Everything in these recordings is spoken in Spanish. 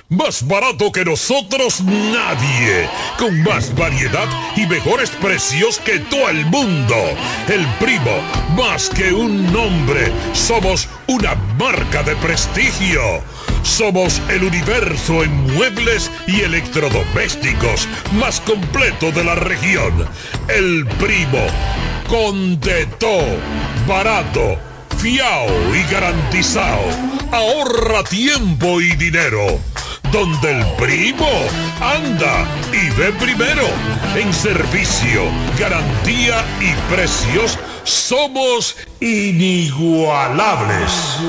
Más barato que nosotros nadie. Con más variedad y mejores precios que todo el mundo. El Primo, más que un nombre, somos una marca de prestigio. Somos el universo en muebles y electrodomésticos más completo de la región. El Primo, con de todo, barato, fiao y garantizado. Ahorra tiempo y dinero. Donde el Primo anda y ve primero. En servicio, garantía y precios somos inigualables.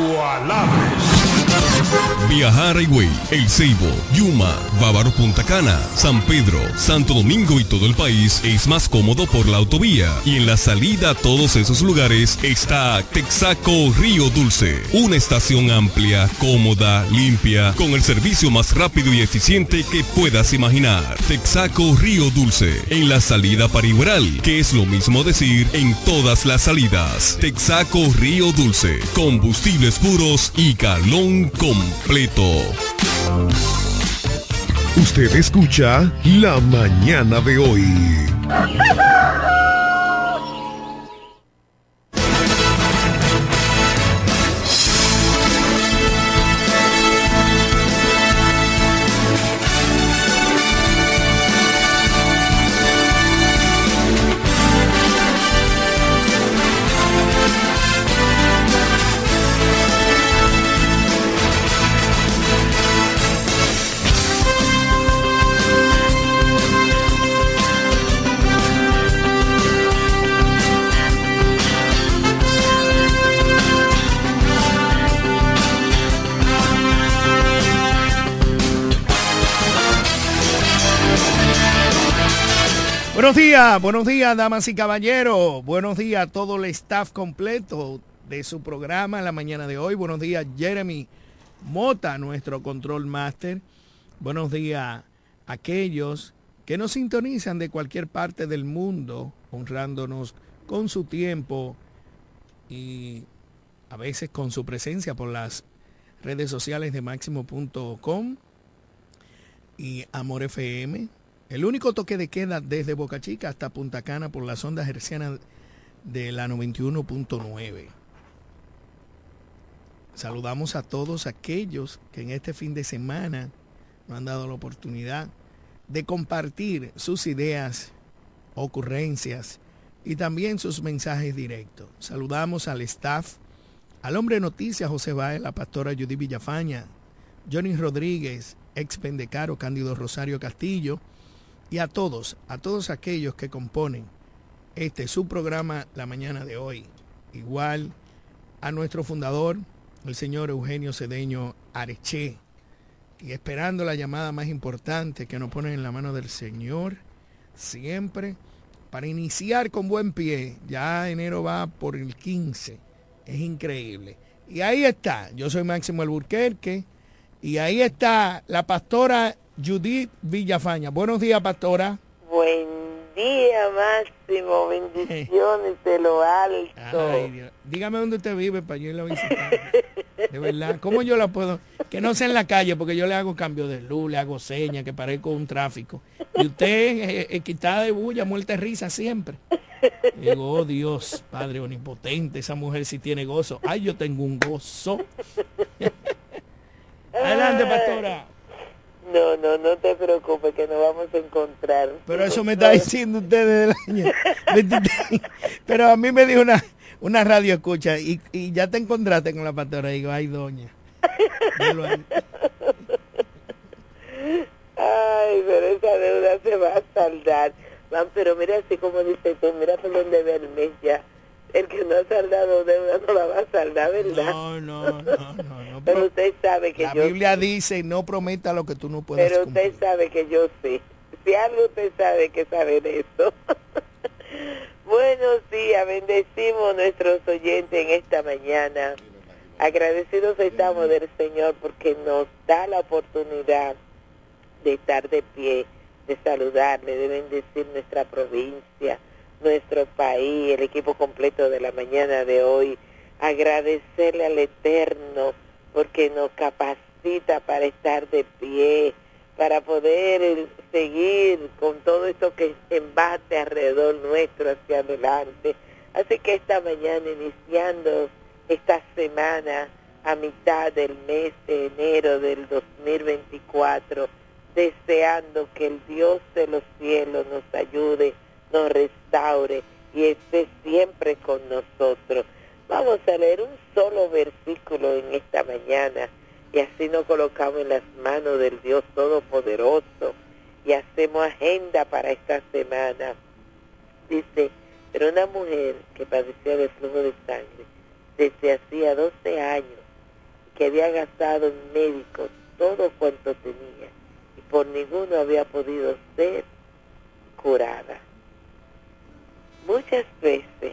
Viajar a Higüey, El Ceibo, Yuma, Bávaro, Punta Cana, San Pedro, Santo Domingo y todo el país es más cómodo por la autovía. Y en la salida a todos esos lugares está Texaco Río Dulce. Una estación amplia, cómoda, limpia, con el servicio más rápido y eficiente que puedas imaginar. Texaco Río Dulce, en la salida para Igueral, que es lo mismo decir en todas las salidas. Texaco Río Dulce, combustibles puros y galón completo. Usted escucha La Mañana de hoy. Buenos días, damas y caballeros. Buenos días a todo el staff completo de su programa en la mañana de hoy. Buenos días, Jeremy Mota, nuestro control master. Buenos días a aquellos que nos sintonizan de cualquier parte del mundo, honrándonos con su tiempo y a veces con su presencia por las redes sociales de Máximo.com y Amor FM. El único toque de queda desde Boca Chica hasta Punta Cana por las ondas hercianas de la 91.9. Saludamos a todos aquellos que en este fin de semana nos han dado la oportunidad de compartir sus ideas, ocurrencias y también sus mensajes directos. Saludamos al staff, al hombre de noticias José Báez, la pastora Judy Villafaña, Johnny Rodríguez, ex Pendecaro, Cándido Rosario Castillo, y a todos aquellos que componen su programa la mañana de hoy. Igual a nuestro fundador, el señor Eugenio Cedeño Areche, y esperando la llamada más importante que nos ponen en la mano del Señor, siempre, para iniciar con buen pie. Ya enero va por el 15, es increíble. Y ahí está, yo soy Máximo Alburquerque, y ahí está la pastora Judith Villafaña. Buenos días, pastora. Buen día, Máximo. Bendiciones de lo alto. Ay, Dios. Dígame dónde usted vive para yo irla a visitar. De verdad, ¿cómo yo la puedo? Que no sea en la calle, porque yo le hago cambio de luz, le hago señas, que parezco un tráfico. Y usted es quitada de bulla, muerta de risa siempre. Y digo, oh Dios, Padre omnipotente, esa mujer sí tiene gozo. Ay, yo tengo un gozo. Adelante, pastora. No te preocupes, que nos vamos a encontrar. Pero eso me está diciendo usted desde el año. Pero a mí me dijo una radio escucha y ya te encontraste con la pastora. Y digo, ay, doña. Ay, pero esa deuda se va a saldar. Pero mira, así como dice tú, mira por dónde ve el mes ya. El que no ha saldado deuda no la va a saldar, ¿verdad? No. Pero usted sabe que la Biblia dice, no prometa lo que tú no puedas pero cumplir. usted sabe que yo sé. Si algo usted sabe, que sabe de eso. Buenos días, bendecimos a nuestros oyentes en esta mañana. Agradecidos estamos del Señor porque nos da la oportunidad de estar de pie, de saludarle, de bendecir nuestra provincia, nuestro país, el equipo completo de la mañana de hoy. Agradecerle al Eterno porque nos capacita necesita para estar de pie, para poder seguir con todo esto que embate alrededor nuestro hacia adelante. Así que esta mañana, iniciando esta semana a mitad del mes de enero del 2024, deseando que el Dios de los cielos nos ayude, nos restaure y esté siempre con nosotros. Vamos a leer un solo versículo en esta mañana y así nos colocamos en las manos del Dios Todopoderoso y hacemos agenda para esta semana. Dice, pero una mujer que padecía de flujo de sangre desde hacía 12 años, que había gastado en médicos todo cuanto tenía y por ninguno había podido ser curada. Muchas veces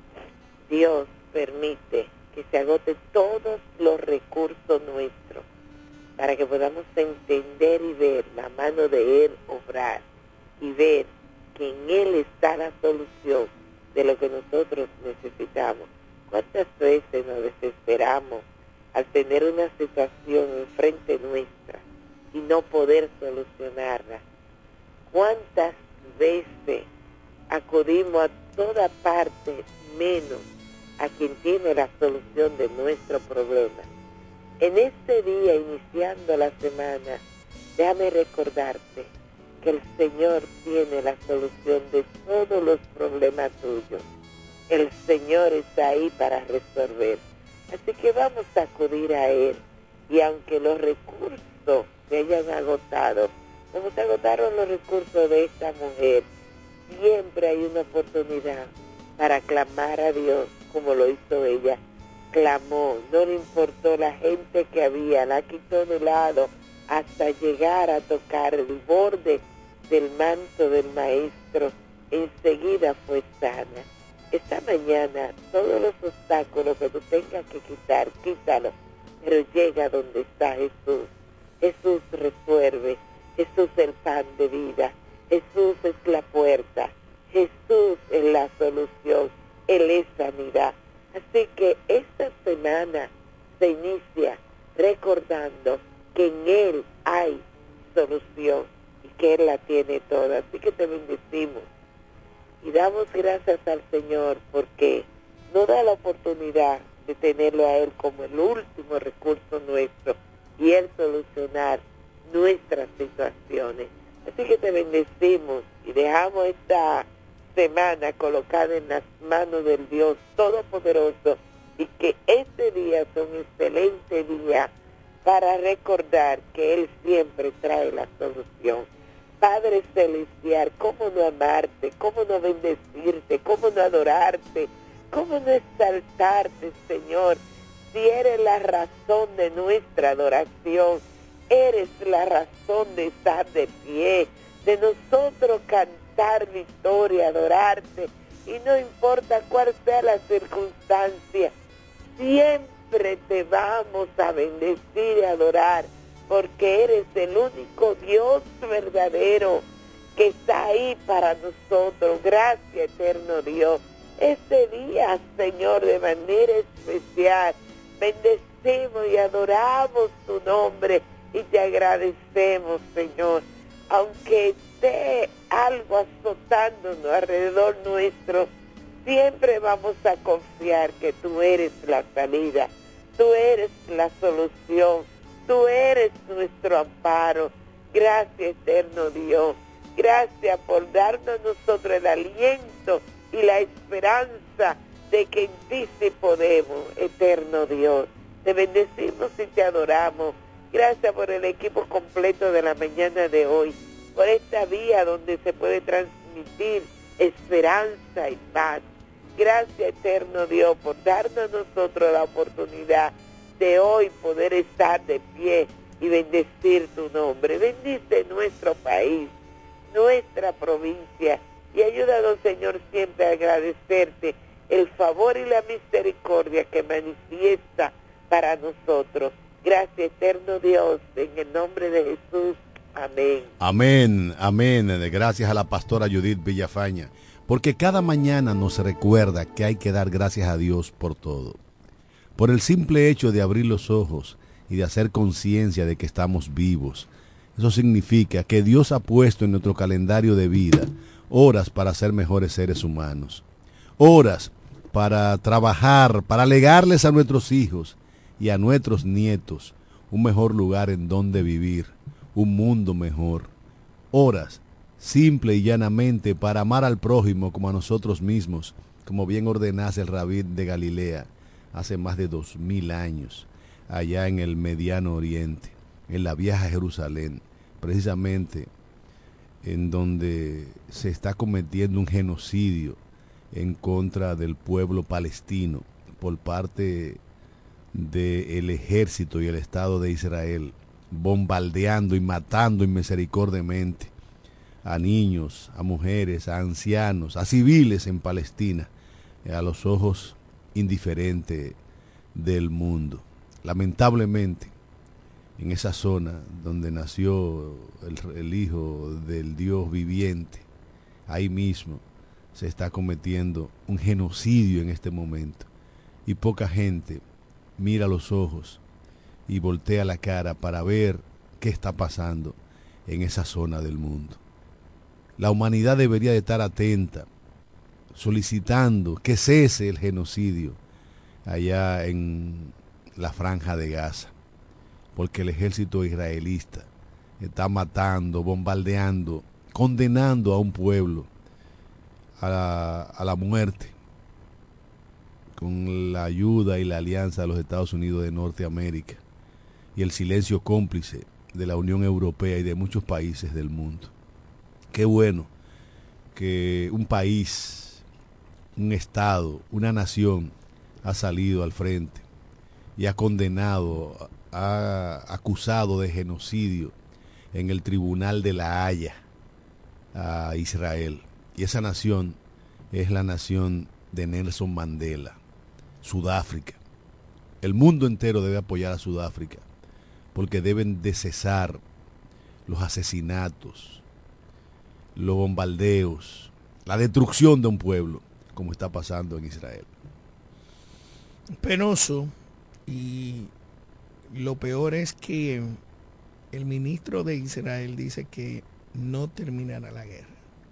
Dios permite que se agoten todos los recursos nuestros para que podamos entender y ver la mano de Él obrar y ver que en Él está la solución de lo que nosotros necesitamos. ¿Cuántas veces nos desesperamos al tener una situación enfrente nuestra y no poder solucionarla? ¿Cuántas veces acudimos a toda parte menos a quien tiene la solución de nuestro problema? En este día, iniciando la semana, déjame recordarte que el Señor tiene la solución de todos los problemas tuyos. El Señor está ahí para resolver. Así que vamos a acudir a Él. Y aunque los recursos se hayan agotado, como se agotaron los recursos de esta mujer, siempre hay una oportunidad para clamar a Dios como lo hizo ella. Clamó, no le importó la gente que había, la quitó de lado hasta llegar a tocar el borde del manto del Maestro. Enseguida fue sana. Esta mañana, todos los obstáculos que tú tengas que quitar, quítalo, pero llega donde está Jesús. Jesús resuelve, Jesús es el pan de vida, Jesús es la puerta, Jesús es la solución, Él es sanidad. Así que esta semana se inicia recordando que en Él hay solución y que Él la tiene toda. Así que te bendecimos y damos gracias al Señor porque nos da la oportunidad de tenerlo a Él como el último recurso nuestro y Él solucionar nuestras situaciones. Así que te bendecimos y dejamos esta semana colocada en las manos del Dios Todopoderoso y que este día sea un excelente día para recordar que Él siempre trae la solución. Padre Celestial, ¿cómo no amarte? ¿Cómo no bendecirte? ¿Cómo no adorarte? ¿Cómo no exaltarte, Señor? Si eres la razón de nuestra adoración, eres la razón de estar de pie, de nosotros cantar victoria, adorarte, y no importa cuál sea la circunstancia, siempre te vamos a bendecir y adorar, porque eres el único Dios verdadero que está ahí para nosotros. Gracias, eterno Dios. Este día, Señor, de manera especial, bendecimos y adoramos tu nombre y te agradecemos, Señor. Aunque esté algo azotándonos alrededor nuestro, siempre vamos a confiar que tú eres la salida, tú eres la solución, tú eres nuestro amparo. Gracias, eterno Dios. Gracias por darnos a nosotros el aliento y la esperanza de que en ti sí podemos, eterno Dios. Te bendecimos y te adoramos. Gracias por el equipo completo de la mañana de hoy, por esta vía donde se puede transmitir esperanza y paz. Gracias, eterno Dios, por darnos a nosotros la oportunidad de hoy poder estar de pie y bendecir tu nombre. Bendice nuestro país, nuestra provincia, y ayúdanos, Señor, siempre a agradecerte el favor y la misericordia que manifiesta para nosotros. Gracias, eterno Dios, en el nombre de Jesús. Amén. Amén, amén. Gracias a la pastora Judith Villafaña, porque cada mañana nos recuerda que hay que dar gracias a Dios por todo. Por el simple hecho de abrir los ojos y de hacer conciencia de que estamos vivos. Eso significa que Dios ha puesto en nuestro calendario de vida horas para ser mejores seres humanos, horas para trabajar, para legarles a nuestros hijos y a nuestros nietos un mejor lugar en donde vivir, un mundo mejor, horas simple y llanamente para amar al prójimo como a nosotros mismos, como bien ordenase el Rabí de Galilea hace más de 2000 años, allá en el Mediano Oriente, en la vieja Jerusalén, precisamente en donde se está cometiendo un genocidio en contra del pueblo palestino por parte del ejército y el Estado de Israel, bombardeando y matando inmisericordiamente a niños, a mujeres, a ancianos, a civiles en Palestina, a los ojos indiferentes del mundo. Lamentablemente, en esa zona donde nació el Hijo del Dios viviente, ahí mismo se está cometiendo un genocidio en este momento. Y poca gente mira a los ojos y voltea la cara para ver qué está pasando en esa zona del mundo. La humanidad debería de estar atenta, solicitando que cese el genocidio allá en la Franja de Gaza, porque el ejército israelita está matando, bombardeando, condenando a un pueblo a la muerte, con la ayuda y la alianza de los Estados Unidos de Norteamérica y el silencio cómplice de la Unión Europea y de muchos países del mundo. Qué bueno que un país, un estado, una nación ha salido al frente y ha condenado, ha acusado de genocidio en el Tribunal de la Haya a Israel. Y esa nación es la nación de Nelson Mandela, Sudáfrica. El mundo entero debe apoyar a Sudáfrica porque deben de cesar los asesinatos, los bombardeos, la destrucción de un pueblo, como está pasando en Israel. Penoso, y lo peor es que el ministro de Israel dice que no terminará la guerra.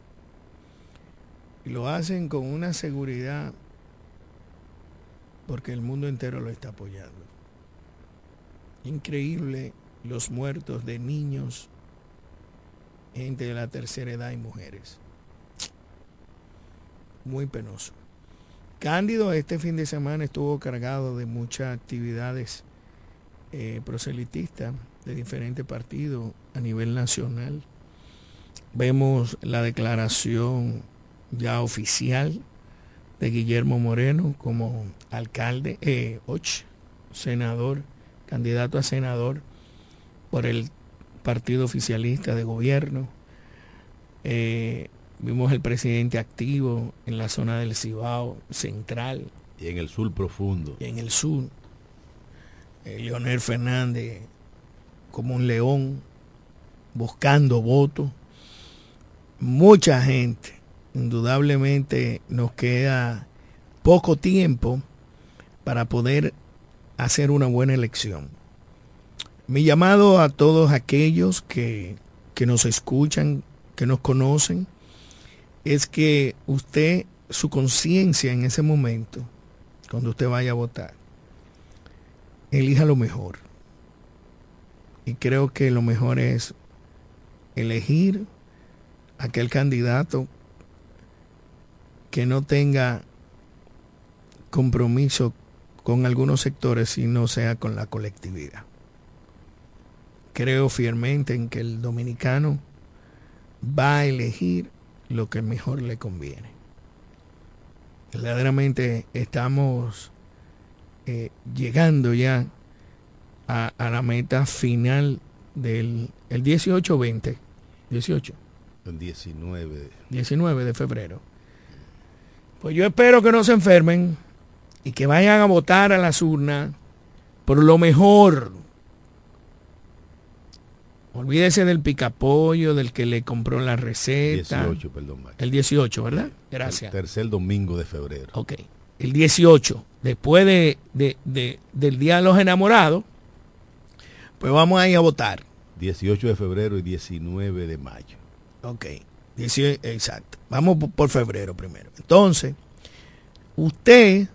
Y lo hacen con una seguridad porque el mundo entero lo está apoyando. Increíble los muertos de niños, gente de la tercera edad y mujeres. Muy penoso. Cándido este fin de semana estuvo cargado de muchas actividades proselitistas de diferentes partidos a nivel nacional. Vemos la declaración ya oficial de Guillermo Moreno como alcalde, senador, candidato a senador por el partido oficialista de gobierno. Vimos el presidente activo en la zona del Cibao central. Y en el sur profundo. Y en el sur. Leonel Fernández como un león buscando votos. Mucha gente. Indudablemente nos queda poco tiempo para poder hacer una buena elección. Mi llamado a todos aquellos que nos escuchan, que nos conocen, es que usted, su conciencia en ese momento, cuando usted vaya a votar, elija lo mejor. Y creo que lo mejor es elegir aquel candidato que no tenga compromiso con algunos sectores y no sea con la colectividad. Creo fielmente en que el dominicano va a elegir lo que mejor le conviene. Verdaderamente estamos llegando ya a la meta final del el 18-20. 18. El 19 de febrero. Pues yo espero que no se enfermen y que vayan a votar a las urnas por lo mejor. Olvídese del picapollo, del que le compró la receta. 18, perdón, Max. El 18, ¿verdad? Gracias. El tercer domingo de febrero. Ok. El 18, después del Día de los Enamorados, Pues vamos a ir a votar. 18 de febrero y 19 de mayo. Ok, 18, exacto. Vamos por febrero primero. Entonces, usted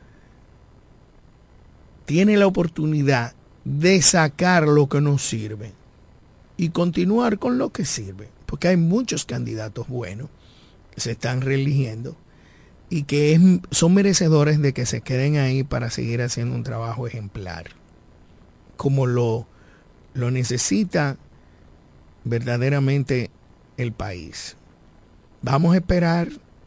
tiene la oportunidad de sacar lo que nos sirve y continuar con lo que sirve, porque hay muchos candidatos buenos que se están reeligiendo y que son merecedores de que se queden ahí para seguir haciendo un trabajo ejemplar, como lo necesita verdaderamente el país. Vamos a esperar.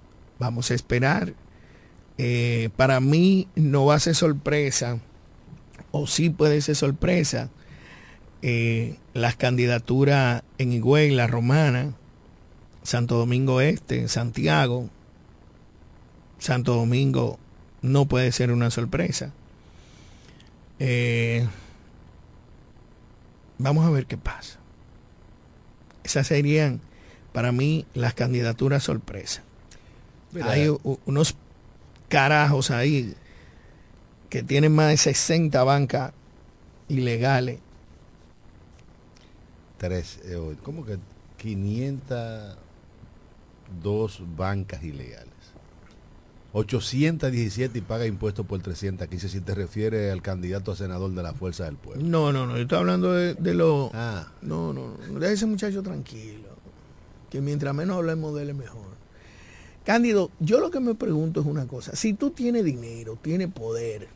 Para mí no va a ser sorpresa, o sí puede ser sorpresa, las candidaturas en Higüey, La Romana, Santo Domingo Este, Santiago. Santo Domingo no puede ser una sorpresa. Vamos a ver qué pasa. Esas serían para mí las candidaturas sorpresa. Hay unos carajos ahí que tienen más de 60 bancas ilegales. ¿Cómo que 502 bancas ilegales? 817 y paga impuestos por 315, si te refieres al candidato a senador de la Fuerza del Pueblo. No, yo estoy hablando de lo... Ah. No, deje ese muchacho tranquilo, que mientras menos hablemos de él es mejor. Cándido, yo lo que me pregunto es una cosa: si tú tienes dinero, tienes poder,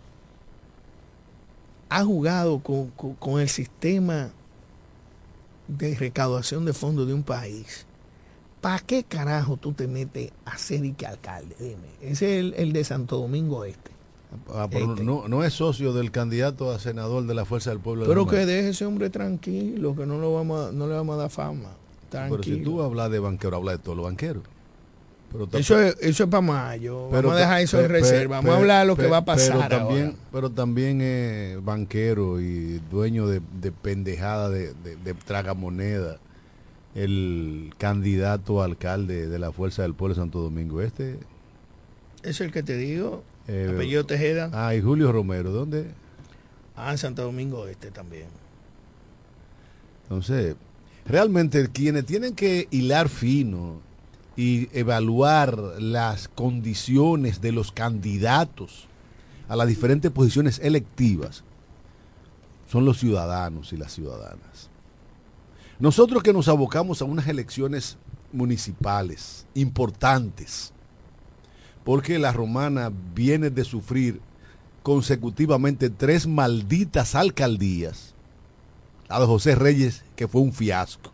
has jugado con el sistema de recaudación de fondos de un país, ¿para qué carajo tú te metes a ser y que alcalde? Dime. Ese es el de Santo Domingo Este. Pero no es socio del candidato a senador de la Fuerza del Pueblo. Pero que deje ese hombre tranquilo, que no le vamos a dar fama. Tranquilo. Pero si tú hablas de banquero, hablas de todos los banqueros. Eso es para mayo. Vamos a dejar eso en reserva. Vamos a hablar de lo que va a pasar pero también es banquero y dueño de pendejada, de tragamoneda, el candidato a alcalde de la Fuerza del Pueblo de Santo Domingo Este. Es el que te digo, apellido Tejeda. Y Julio Romero, ¿dónde? En Santo Domingo Este también. Entonces, realmente quienes tienen que hilar fino y evaluar las condiciones de los candidatos a las diferentes posiciones electivas son los ciudadanos y las ciudadanas. Nosotros que nos abocamos a unas elecciones municipales importantes, porque La Romana viene de sufrir consecutivamente 3 malditas alcaldías, la de José Reyes, que fue un fiasco,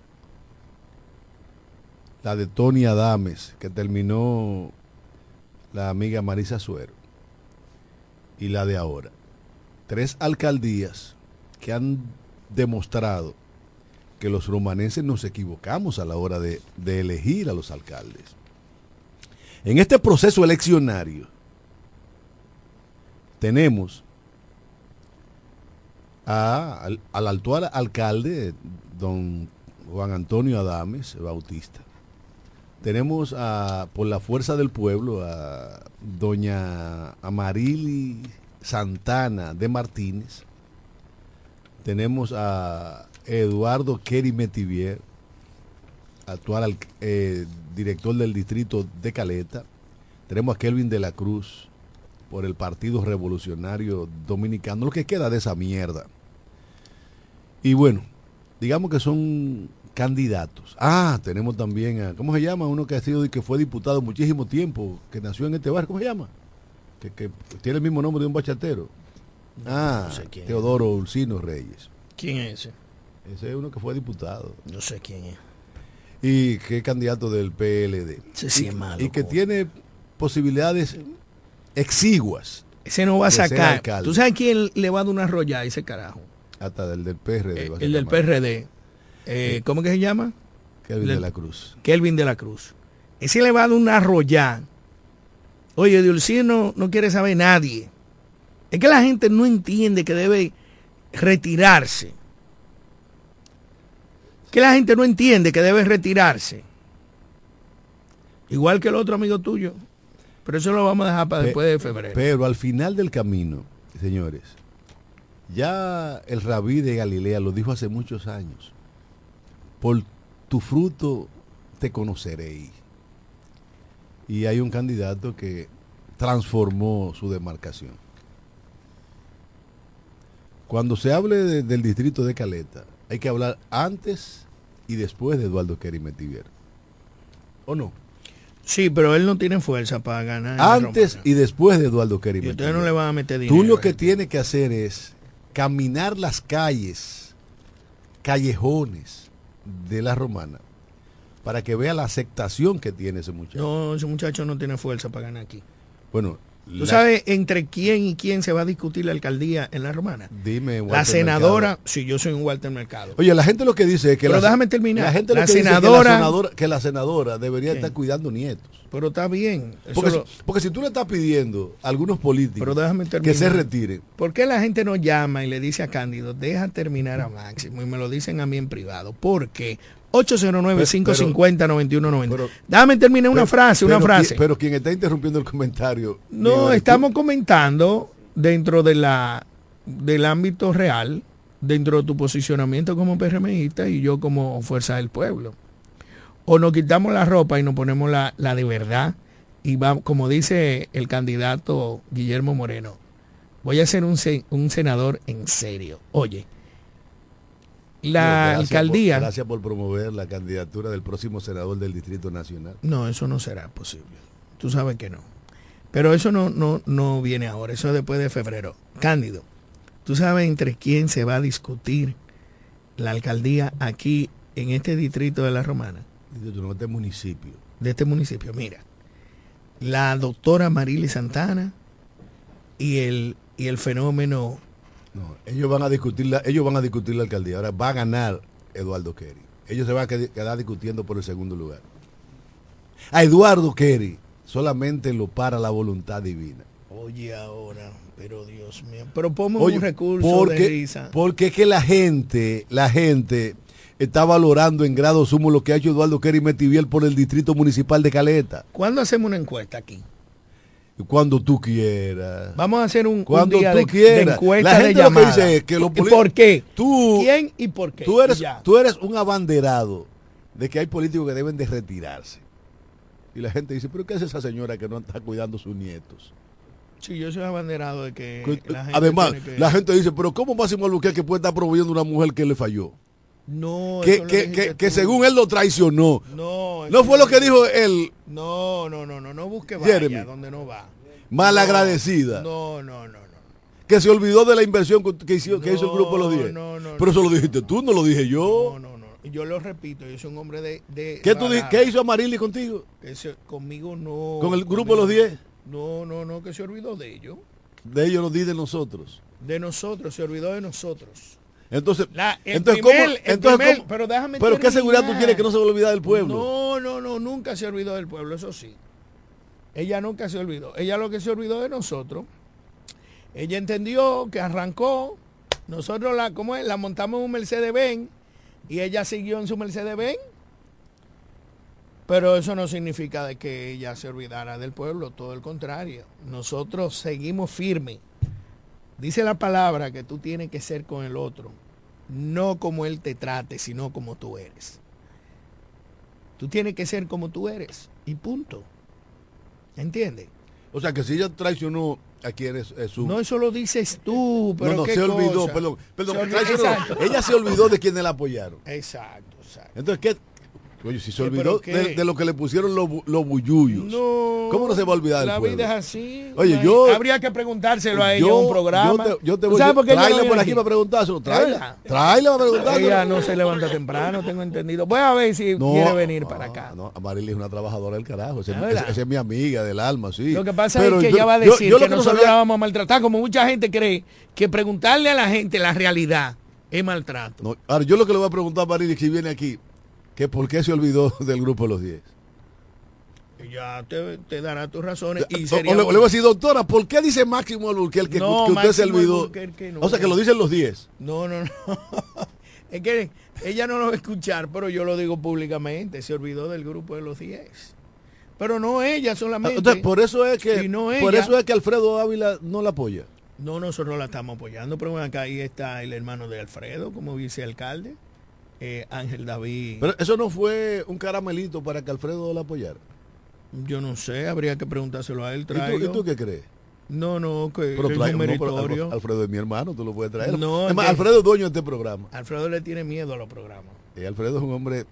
la de Tony Adames, que terminó la amiga Marisa Suero, y la de ahora. 3 alcaldías que han demostrado que los romanenses nos equivocamos a la hora de elegir a los alcaldes. En este proceso eleccionario tenemos al actual alcalde, don Juan Antonio Adames Bautista. Tenemos por la Fuerza del Pueblo a doña Amarili Santana de Martínez. Tenemos a Eduardo Kerry Metivier, actual director del distrito de Caleta. Tenemos a Kelvin de la Cruz por el Partido Revolucionario Dominicano, lo que queda de esa mierda. Y bueno, digamos que son candidatos. Tenemos también a, ¿cómo se llama? Uno que ha sido y que fue diputado muchísimo tiempo, que nació en este barrio, ¿cómo se llama? Que tiene el mismo nombre de un bachatero. No sé quién. Teodoro Ulcino Reyes. ¿Quién es ese? Ese es uno que fue diputado. No sé quién es. Y que es candidato del PLD. Ese sí es malo. Y que tiene posibilidades exiguas. Ese no va a sacar. ¿Tú sabes quién le va a dar una arrollada a ese carajo? Hasta del PRD. El del PRD. ¿Cómo que se llama? Kelvin de la Cruz. Kelvin de la Cruz. Ese le va a dar una arrollada. Oye, de Ulcino no quiere saber nadie. Es que la gente no entiende que debe retirarse. Que la gente no entiende que debe retirarse. Igual que el otro amigo tuyo. Pero eso lo vamos a dejar para después de febrero. Pero al final del camino, señores, Ya el rabí de Galilea lo dijo hace muchos años. Por tu fruto te conoceréis. Y hay un candidato que transformó su demarcación. Cuando se hable del distrito de Caleta, hay que hablar antes y después de Eduardo Kerry Metivier. ¿O no? Sí, pero él no tiene fuerza para ganar. Antes y después de Eduardo Kerry Y Metivier. ustedes no le van a meter dinero. Tú lo que tienes que hacer es caminar las calles, callejones de la Romana, para que vea la aceptación que tiene ese muchacho. No, ese muchacho no tiene fuerza para ganar aquí. Bueno, ¿Tú sabes entre quién y quién se va a discutir la alcaldía en la Romana? Dime, Walter la senadora, Mercado. sí, yo soy un Walter Mercado. Oye, la gente lo que dice es que pero déjame terminar. La gente la lo que senadora, dice que la senadora debería estar cuidando nietos. Pero está bien. Porque si tú le estás pidiendo a algunos políticos pero déjame terminar, que se retiren. ¿Por qué la gente no llama y le dice a Cándido, deja terminar a Máximo? Y me lo dicen a mí en privado. Porque 809-550-9190. Déjame terminar una frase. Pero quien está interrumpiendo el comentario. No, estamos comentando dentro de del ámbito real, dentro de tu posicionamiento como PRMista y yo como Fuerza del Pueblo. O nos quitamos la ropa y nos ponemos la de verdad y va, como dice el candidato Guillermo Moreno, voy a ser un senador en serio. Oye, alcaldía... Gracias por promover la candidatura del próximo senador del Distrito Nacional. No, eso no será posible. Tú sabes que no. Pero eso no viene ahora, eso es después de febrero. Cándido, ¿tú sabes entre quién se va a discutir la alcaldía aquí en este distrito de La Romana? De este municipio. De este municipio, mira. La doctora Marily Santana y el fenómeno... No, ellos van a discutir la alcaldía. Ahora va a ganar Eduardo Kerry. Ellos se van a quedar discutiendo por el segundo lugar. A Eduardo Kerry solamente lo para la voluntad divina. Oye, ahora, pero Dios mío. Pero ponme un recurso de risa. Porque es que la gente está valorando en grado sumo lo que ha hecho Eduardo Kerry Metivier por el distrito municipal de Caleta. ¿Cuándo hacemos una encuesta aquí? Cuando tú quieras. Vamos a hacer un día de encuesta la gente de llamada. Lo que dice es que ¿Y por qué? ¿Quién y por qué? Tú eres un abanderado de que hay políticos que deben de retirarse. Y la gente dice, ¿pero qué hace esa señora que no está cuidando a sus nietos? Sí, yo soy abanderado de que la gente... Además, la gente dice, ¿pero cómo Máximo Albuquerque puede estar proveyendo una mujer que le falló? No, que según él lo traicionó. No fue lo que dijo él. No busque vaya donde no va. Malagradecida. No. Que se olvidó de la inversión que hizo el grupo Los 10. Pero eso lo dijiste tú, no lo dije yo. No. Yo lo repito, yo soy un hombre de ¿Qué hizo Amarili contigo? Conmigo no. ¿Con el grupo Los 10? No, que se olvidó de ellos. De ellos lo di de nosotros. De nosotros, se olvidó de nosotros. Entonces, pero déjame ¿pero qué seguridad tú tienes que no se va a olvidar del pueblo? No, nunca se olvidó del pueblo, eso sí. Ella nunca se olvidó. Ella lo que se olvidó de nosotros. Ella entendió que arrancó, nosotros la montamos en un Mercedes-Benz y ella siguió en su Mercedes-Benz. Pero eso no significa de que ella se olvidara del pueblo, todo el contrario. Nosotros seguimos firmes. Dice la palabra que tú tienes que ser con el otro, no como él te trate, sino como tú eres. Tú tienes que ser como tú eres, y punto. ¿Entiendes? O sea, que si ella traicionó a quien es su... No, eso lo dices tú, pero no, se olvidó, perdón. Ella se olvidó de quienes la apoyaron. Exacto. Entonces, ¿qué? Oye, si se olvidó de lo que le pusieron los buyuyos. No. ¿Cómo no se va a olvidar del pueblo? La vida es así. Oye, habría que preguntárselo a ella en un programa. Tráela por aquí para preguntárselo. Tráela para preguntárselo. Ella no se levanta temprano, tengo entendido. Voy a ver si quiere venir para acá. No, Amarili es una trabajadora del carajo. Esa es mi amiga del alma, sí. Lo que pasa es que ella va a decir que nosotros la vamos a maltratar. Como mucha gente cree que preguntarle a la gente la realidad es maltrato. No, ahora, yo lo que le voy a preguntar a Amarili si viene aquí, que por qué se olvidó del grupo Los 10. Ya te dará tus razones. Y le voy a decir, doctora, ¿por qué dice Máximo Albuquerque que usted se olvidó? No, o sea, que lo dicen Los 10. No. Es que ella no lo va a escuchar, pero yo lo digo públicamente. Se olvidó del grupo de Los 10. Pero no ella solamente. Entonces, por eso es que Alfredo Ávila no la apoya. No, nosotros la estamos apoyando, pero acá ahí está el hermano de Alfredo como vicealcalde, Ángel David. Pero eso no fue un caramelito para que Alfredo la apoyara. Yo no sé, habría que preguntárselo a él. ¿Y tú qué crees? No, que pero es un meritorio. Alfredo es mi hermano, tú lo puedes traer. No, además, Alfredo es dueño de este programa. Alfredo le tiene miedo a los programas. Alfredo es un hombre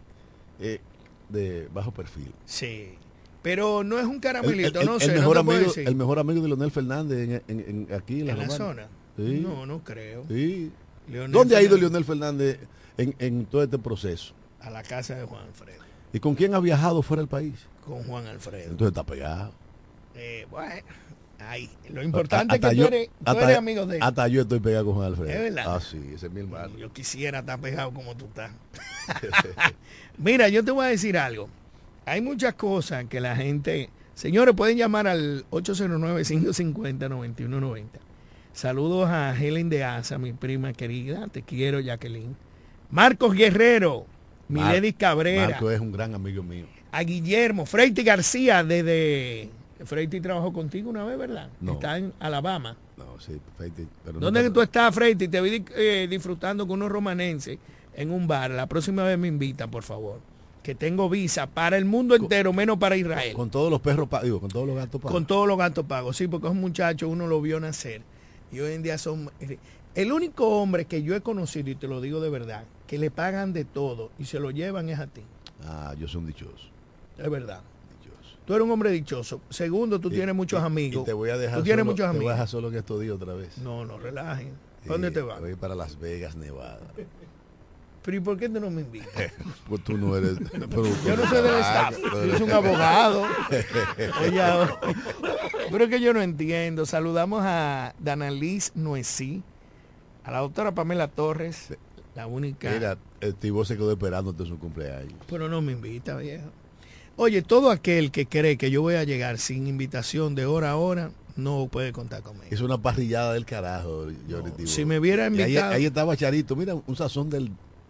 de bajo perfil. Sí, pero no es un caramelito, no sé. El mejor amigo de Leonel Fernández aquí en la zona. Sí. No creo. Sí. ¿Dónde ha ido Leonel Fernández en todo este proceso? A la casa de Juan Alfredo. ¿Y con quién ha viajado fuera del país? Con Juan Alfredo. Entonces está pegado. Bueno, lo importante es que tú eres amigo de él. Hasta yo estoy pegado con Juan Alfredo. ¿Es verdad? Ah, sí, ese es mi hermano. Yo quisiera estar pegado como tú estás. Mira, yo te voy a decir algo. Hay muchas cosas que la gente... Señores, pueden llamar al 809-550-9190. Saludos a Helen de Asa, mi prima querida. Te quiero, Jacqueline. Marcos Guerrero, Miledis Cabrera. Marcos es un gran amigo mío. A Guillermo, Freiti García, desde... Freiti trabajó contigo una vez, ¿verdad? No. Está en Alabama. No, sí, Freiti. ¿Dónde es que tú estás, Freiti? Te vi disfrutando con unos romanenses en un bar. La próxima vez me invitan, por favor. Que tengo visa para el mundo entero, menos para Israel. Con todos los perros pagos, con todos los gatos pagos. Con todos los gatos pagos, sí, porque es un muchacho, uno lo vio nacer. Y hoy en día son... El único hombre que yo he conocido, y te lo digo de verdad, que le pagan de todo y se lo llevan es a ti. Ah, yo soy un dichoso. Es verdad. Dichoso. Tú eres un hombre dichoso. Segundo, tú tienes muchos amigos. Y te voy a dejar tú tienes muchos amigos. Te voy a dejar solo en estos días otra vez. No, relajen. ¿Dónde te vas? Voy para Las Vegas, Nevada. Pero ¿y por qué tú no me invitas? Pues tú no eres... yo no soy del staff, yo soy un abogado. Oye, pero es que yo no entiendo. Saludamos a Danaliz Noesí, a la doctora Pamela Torres, la única... Mira, el tipo se quedó esperándote su cumpleaños. Pero no me invita, viejo. Oye, todo aquel que cree que yo voy a llegar sin invitación de hora a hora, no puede contar conmigo. Es una parrillada del carajo, Johnny. No, si me hubiera invitado... Ahí estaba Charito, mira, un sazón del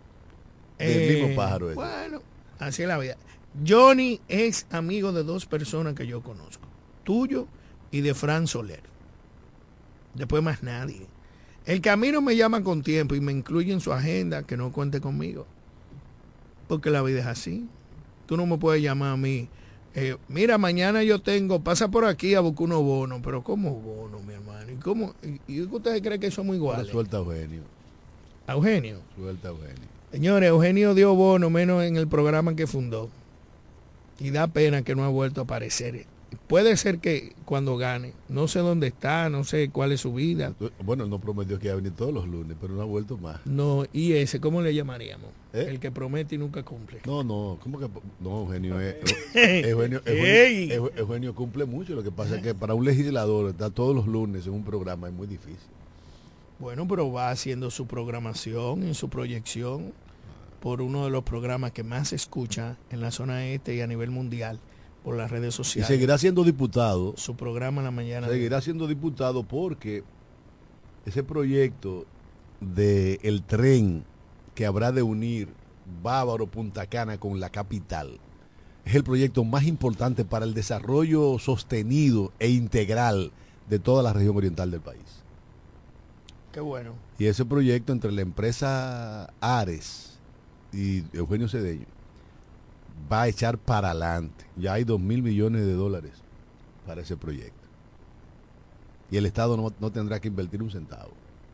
mismo pájaro. Bueno, así es la vida. Johnny es amigo de dos personas que yo conozco. Tuyo y de Fran Soler. Después más nadie. El que a mí no me llama con tiempo y me incluye en su agenda, que no cuente conmigo. Porque la vida es así. Tú no me puedes llamar a mí. Mira, mañana yo pasa por aquí a buscar unos bonos. Pero ¿cómo bonos, mi hermano? ¿Y ustedes creen que somos iguales? Suelta a Eugenio. ¿A Eugenio? Suelta a Eugenio. Señores, Eugenio dio bono menos en el programa que fundó. Y da pena que no ha vuelto a aparecer. Puede ser que cuando gane, no sé dónde está, no sé cuál es su vida. Bueno, él no prometió que iba a venir todos los lunes, pero no ha vuelto más. No, y ese, ¿cómo le llamaríamos? El que promete y nunca cumple. No, ¿cómo que? No, Eugenio Eugenio cumple mucho. Lo que pasa es que para un legislador estar todos los lunes en un programa es muy difícil. Bueno, pero va haciendo su programación, en su proyección, por uno de los programas que más se escucha en la zona este y a nivel mundial por las redes sociales. Y seguirá siendo diputado. Su programa en la mañana. Seguirá siendo diputado porque ese proyecto del tren que habrá de unir Bávaro, Punta Cana con la capital es el proyecto más importante para el desarrollo sostenido e integral de toda la región oriental del país. Qué bueno. Y ese proyecto entre la empresa Ares y Eugenio Cedeño va a echar para adelante. Ya hay 2.000 millones de dólares para ese proyecto. Y el Estado no tendrá que invertir un centavo.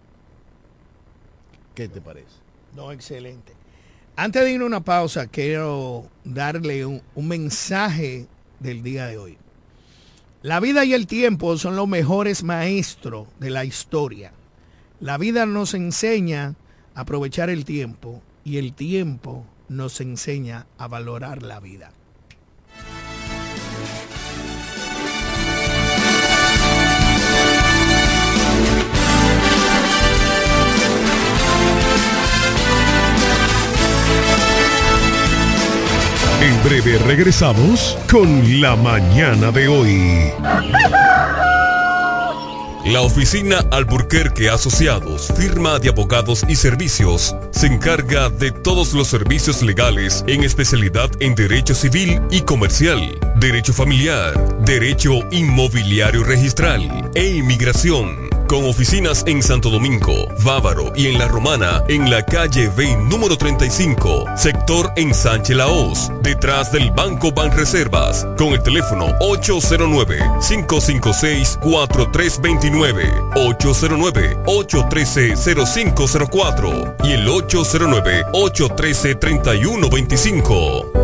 ¿Qué te parece? No, excelente. Antes de ir a una pausa, quiero darle un mensaje del día de hoy. La vida y el tiempo son los mejores maestros de la historia. La vida nos enseña a aprovechar el tiempo y el tiempo nos enseña a valorar la vida. En breve regresamos con La Mañana de hoy. La oficina Alburquerque Asociados, firma de abogados y servicios, se encarga de todos los servicios legales en especialidad en derecho civil y comercial, derecho familiar, derecho inmobiliario registral e inmigración. con oficinas en Santo Domingo, Bávaro y en La Romana, en la calle B número 35, sector Ensanche La Hoz, detrás del Banco Banreservas, con el teléfono 809-556-4329, 809-813-0504 y el 809-813-3125.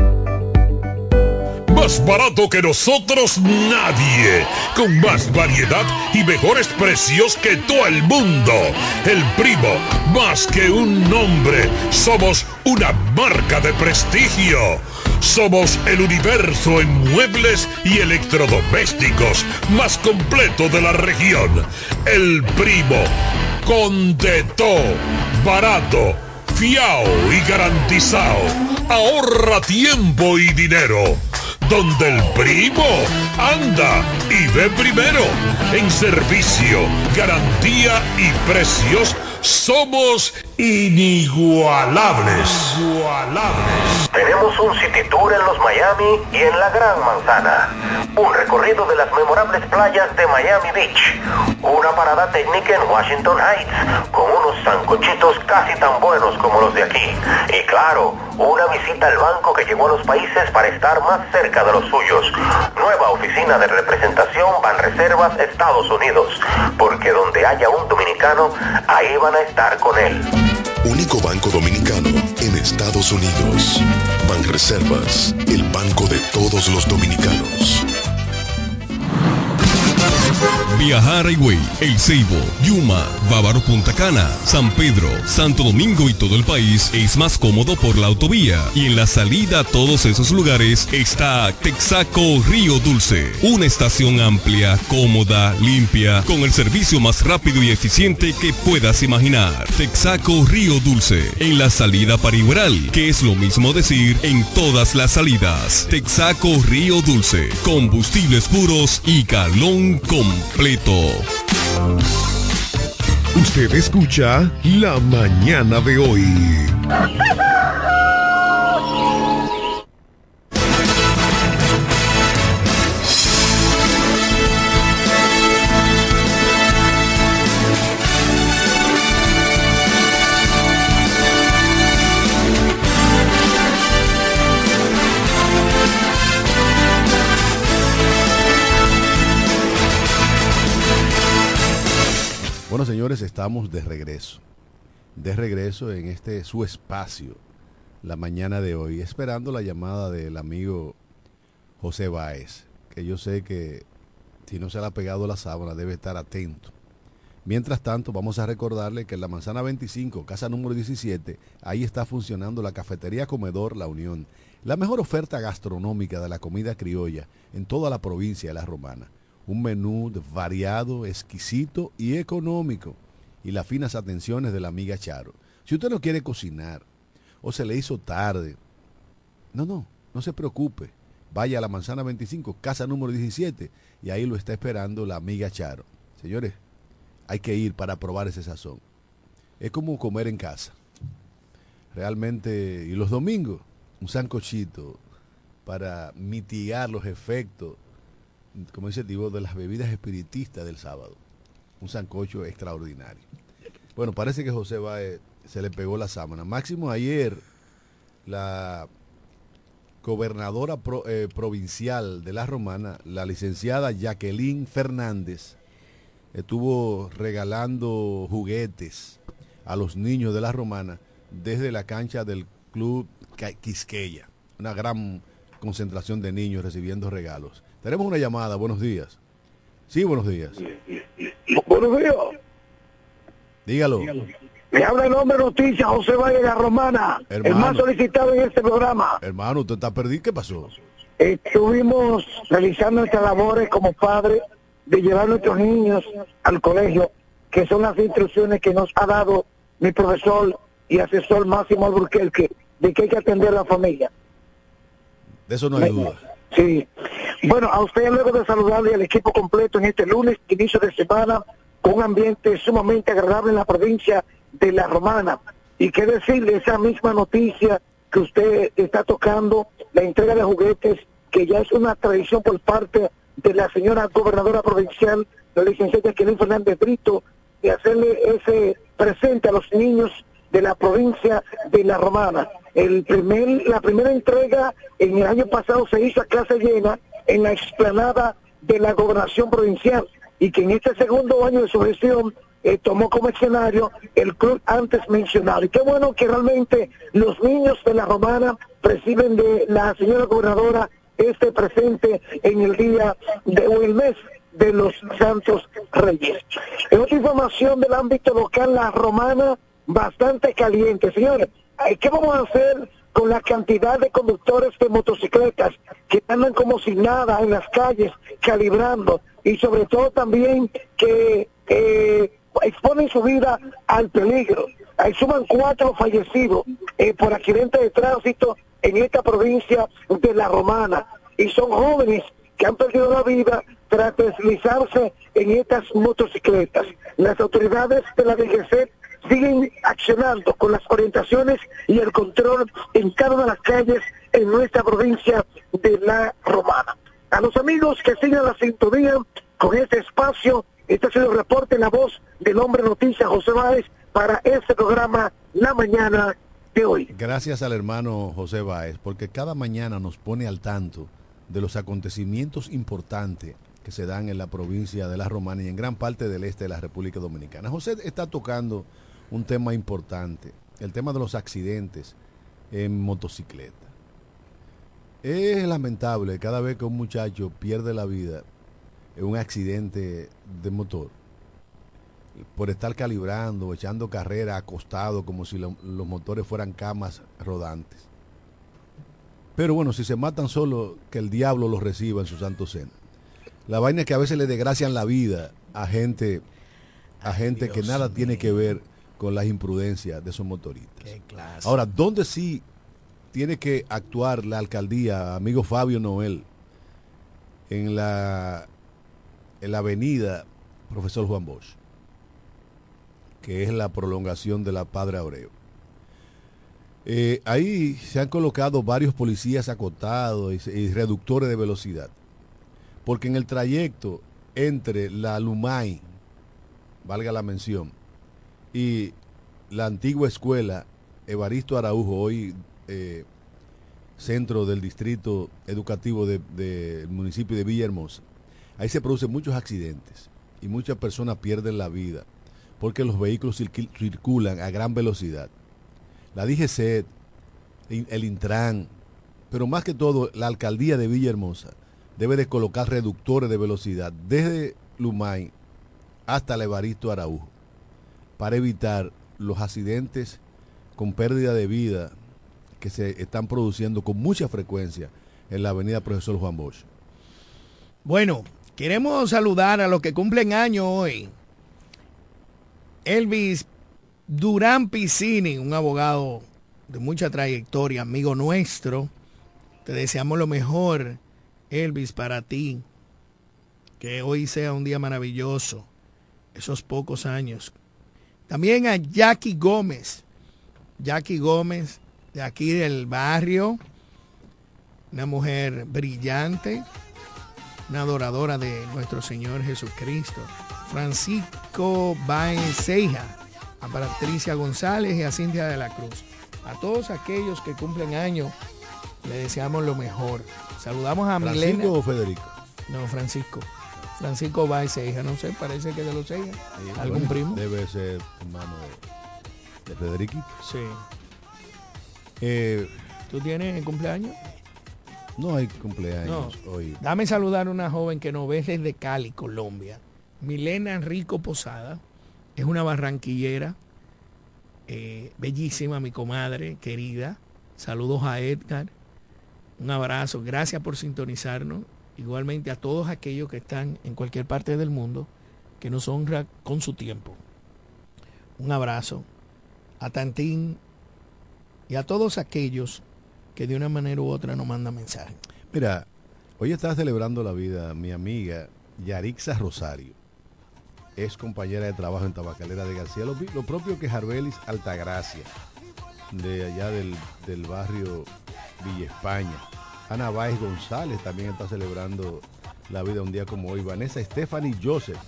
Más barato que nosotros nadie, con más variedad y mejores precios que todo el mundo. El Primo, más que un nombre, somos una marca de prestigio. Somos el universo en muebles y electrodomésticos más completo de la región. El Primo, con de todo, barato, fiao y garantizado. Ahorra tiempo y dinero. Donde el Primo anda y ve primero. En servicio, garantía y precios somos inigualables. Tenemos un City Tour en los Miami y en la Gran Manzana. Un recorrido de las memorables playas de Miami Beach. Una parada técnica en Washington Heights con unos sancochitos casi tan buenos como los de aquí. Y claro, una visita al banco que llegó a los países para estar más cerca de los suyos. Nueva oficina de representación Banreservas Estados Unidos. Porque donde haya un dominicano, ahí van a estar con él. Único banco dominicano en Estados Unidos. Banreservas, el banco de todos los dominicanos. Viajar a Higüey, El Ceibo, Yuma, Bávaro, Punta Cana, San Pedro, Santo Domingo y todo el país es más cómodo por la autovía. Y en la salida a todos esos lugares está Texaco Río Dulce. Una estación amplia, cómoda, limpia, con el servicio más rápido y eficiente que puedas imaginar. Texaco Río Dulce, en la salida para Igueral, que es lo mismo decir en todas las salidas. Texaco Río Dulce, combustibles puros y galón completo. Usted escucha La Mañana de hoy. Bueno, señores, estamos de regreso en este su espacio, la mañana de hoy, esperando la llamada del amigo José Báez, que yo sé que si no se le ha pegado la sábana debe estar atento. Mientras tanto, vamos a recordarle que en la Manzana 25, casa número 17, ahí está funcionando la Cafetería Comedor La Unión, la mejor oferta gastronómica de la comida criolla en toda la provincia de La Romana. Un menú variado, exquisito y económico. Y las finas atenciones de la amiga Charo. Si usted no quiere cocinar o se le hizo tarde, no se preocupe. Vaya a la Manzana 25, casa número 17, y ahí lo está esperando la amiga Charo. Señores, hay que ir para probar ese sazón. Es como comer en casa. Realmente, y los domingos, un sancochito para mitigar los efectos, como dice el tipo, de las bebidas espiritistas del sábado. Un sancocho extraordinario. Bueno, parece que José Báez se le pegó la sábana. Máximo, ayer la gobernadora provincial de La Romana, la licenciada Jacqueline Fernández, estuvo regalando juguetes a los niños de La Romana desde la cancha del Club Quisqueya. Una gran concentración de niños recibiendo regalos. Tenemos una llamada, buenos días. Sí, buenos días. Buenos días. Dígalo. Me habla el hombre de noticias, José Valle de La Romana, hermano, el más solicitado en este programa. Hermano, usted está perdido, ¿qué pasó? Estuvimos realizando nuestras labores como padres de llevar a nuestros niños al colegio, que son las instrucciones que nos ha dado mi profesor y asesor Máximo Alburquerque, de que hay que atender a la familia. De eso no hay duda. Sí. Bueno, a usted luego de saludarle al equipo completo en este lunes, inicio de semana, con un ambiente sumamente agradable en la provincia de La Romana. Y qué decirle esa misma noticia que usted está tocando, la entrega de juguetes, que ya es una tradición por parte de la señora gobernadora provincial la licenciada Jacqueline Fernández Brito, de hacerle ese presente a los niños de la provincia de La Romana. La primera entrega en el año pasado se hizo a clase llena en la explanada de la gobernación provincial, y que en este segundo año de su gestión tomó como escenario el club antes mencionado. Y qué bueno que realmente los niños de La Romana reciben de la señora gobernadora este presente en el día o el mes de los Santos Reyes. En otra información del ámbito local, La Romana bastante caliente. Señores, ¿qué vamos a hacer con la cantidad de conductores de motocicletas que andan como si nada en las calles, calibrando, y sobre todo también que exponen su vida al peligro? Ahí suman 4 fallecidos por accidentes de tránsito en esta provincia de La Romana, y son jóvenes que han perdido la vida tras deslizarse en estas motocicletas. Las autoridades de la DGC siguen accionando con las orientaciones y el control en cada una de las calles en nuestra provincia de La Romana. A los amigos que sigan la sintonía con este espacio, este ha sido el reporte en la voz del hombre noticia José Báez para este programa La Mañana de hoy. Gracias al hermano José Báez, porque cada mañana nos pone al tanto de los acontecimientos importantes que se dan en la provincia de La Romana y en gran parte del este de la República Dominicana. José está tocando un tema importante, el tema de los accidentes en motocicleta. Es lamentable cada vez que un muchacho pierde la vida en un accidente de motor por estar calibrando, echando carrera acostado como si los motores fueran camas rodantes. Pero bueno, si se matan solo, que el diablo los reciba en su santo seno. La vaina es que a veces le desgracian la vida a gente que nada tiene que ver con las imprudencias de esos motoristas. Ahora, ¿dónde sí tiene que actuar la alcaldía, amigo Fabio Noel? En la avenida Profesor Juan Bosch, que es la prolongación de la Padre Abreu. Ahí se han colocado varios policías acotados y reductores de velocidad, porque en el trayecto entre la Lumay, valga la mención, y la antigua escuela Evaristo Araujo, hoy centro del distrito educativo del municipio de Villahermosa, ahí se producen muchos accidentes y muchas personas pierden la vida porque los vehículos circulan a gran velocidad. La DGC, el Intran, pero más que todo la alcaldía de Villahermosa debe de colocar reductores de velocidad desde Lumay hasta el Evaristo Araujo para evitar los accidentes con pérdida de vida que se están produciendo con mucha frecuencia en la avenida Profesor Juan Bosch. Bueno, queremos saludar a los que cumplen año hoy. Elvis Durán Piscini, un abogado de mucha trayectoria, amigo nuestro. Te deseamos lo mejor, Elvis, para ti. Que hoy sea un día maravilloso, esos pocos años. También a Jackie Gómez, de aquí del barrio, una mujer brillante, una adoradora de nuestro Señor Jesucristo. Francisco Baenceja, a Patricia González y a Cintia de la Cruz. A todos aquellos que cumplen años, le deseamos lo mejor. Saludamos a Milena. ¿Francisco o Federico? No, Francisco Baenceja, no sé, parece que de los Ceja. ¿Algún primo? Debe ser hermano de Federiquito. Sí. ¿Tú tienes cumpleaños? No hay cumpleaños hoy. Dame saludar a una joven que nos ve desde Cali, Colombia. Milena Enrico Posada. Es una barranquillera. Bellísima, mi comadre querida. Saludos a Edgar. Un abrazo. Gracias por sintonizarnos. Igualmente a todos aquellos que están en cualquier parte del mundo que nos honra con su tiempo. Un abrazo a Tantín y a todos aquellos que de una manera u otra nos mandan mensajes. Mira, hoy está celebrando la vida mi amiga Yarixa Rosario. Es compañera de trabajo en Tabacalera de García, lo propio que Jarbelis Altagracia, de allá del barrio Villa España. Ana Báez González también está celebrando la vida un día como hoy. Vanessa Stephanie Joseph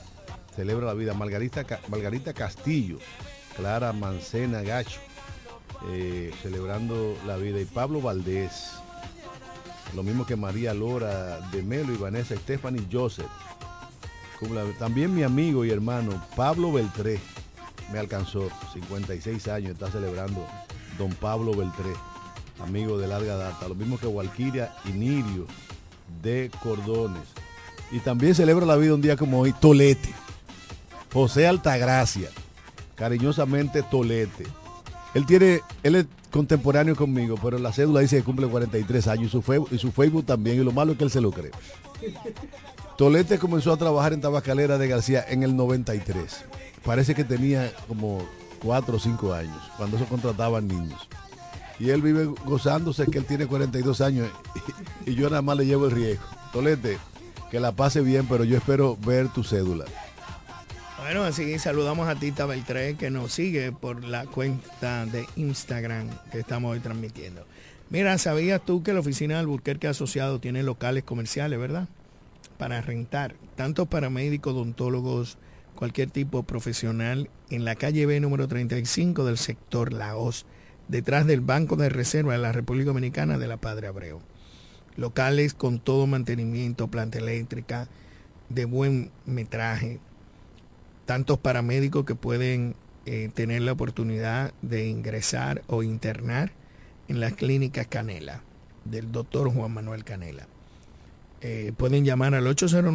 celebra la vida. Margarita Castillo, Clara Mancena Gacho, celebrando la vida. Y Pablo Valdés, lo mismo que María Lora de Melo y Vanessa Stephanie Joseph. También mi amigo y hermano Pablo Beltré me alcanzó, 56 años, está celebrando don Pablo Beltré, amigo de larga data. Lo mismo que Walquiria Inirio de Cordones. Y también celebra la vida un día como hoy Tolete, José Altagracia, cariñosamente Tolete. Él es contemporáneo conmigo, pero en la cédula dice que cumple 43 años y su Facebook también, y lo malo es que él se lo cree. Tolete comenzó a trabajar en Tabacalera de García en el 93. Parece que tenía como 4 o 5 años, cuando eso contrataban niños. Y él vive gozándose que él tiene 42 años y yo nada más le llevo el riesgo. Tolete, que la pase bien, pero yo espero ver tu cédula. Bueno, así saludamos a Tita Beltré, que nos sigue por la cuenta de Instagram que estamos hoy transmitiendo. Mira, ¿sabías tú que la oficina de Alburquerque Asociado tiene locales comerciales, verdad? Para rentar, tanto para médicos, odontólogos, cualquier tipo profesional, en la calle B número 35 del sector Laos, detrás del Banco de Reserva de la República Dominicana de la Padre Abreu. Locales con todo mantenimiento, planta eléctrica, de buen metraje, tantos paramédicos que pueden tener la oportunidad de ingresar o internar en las clínicas Canela, del doctor Juan Manuel Canela. Pueden llamar al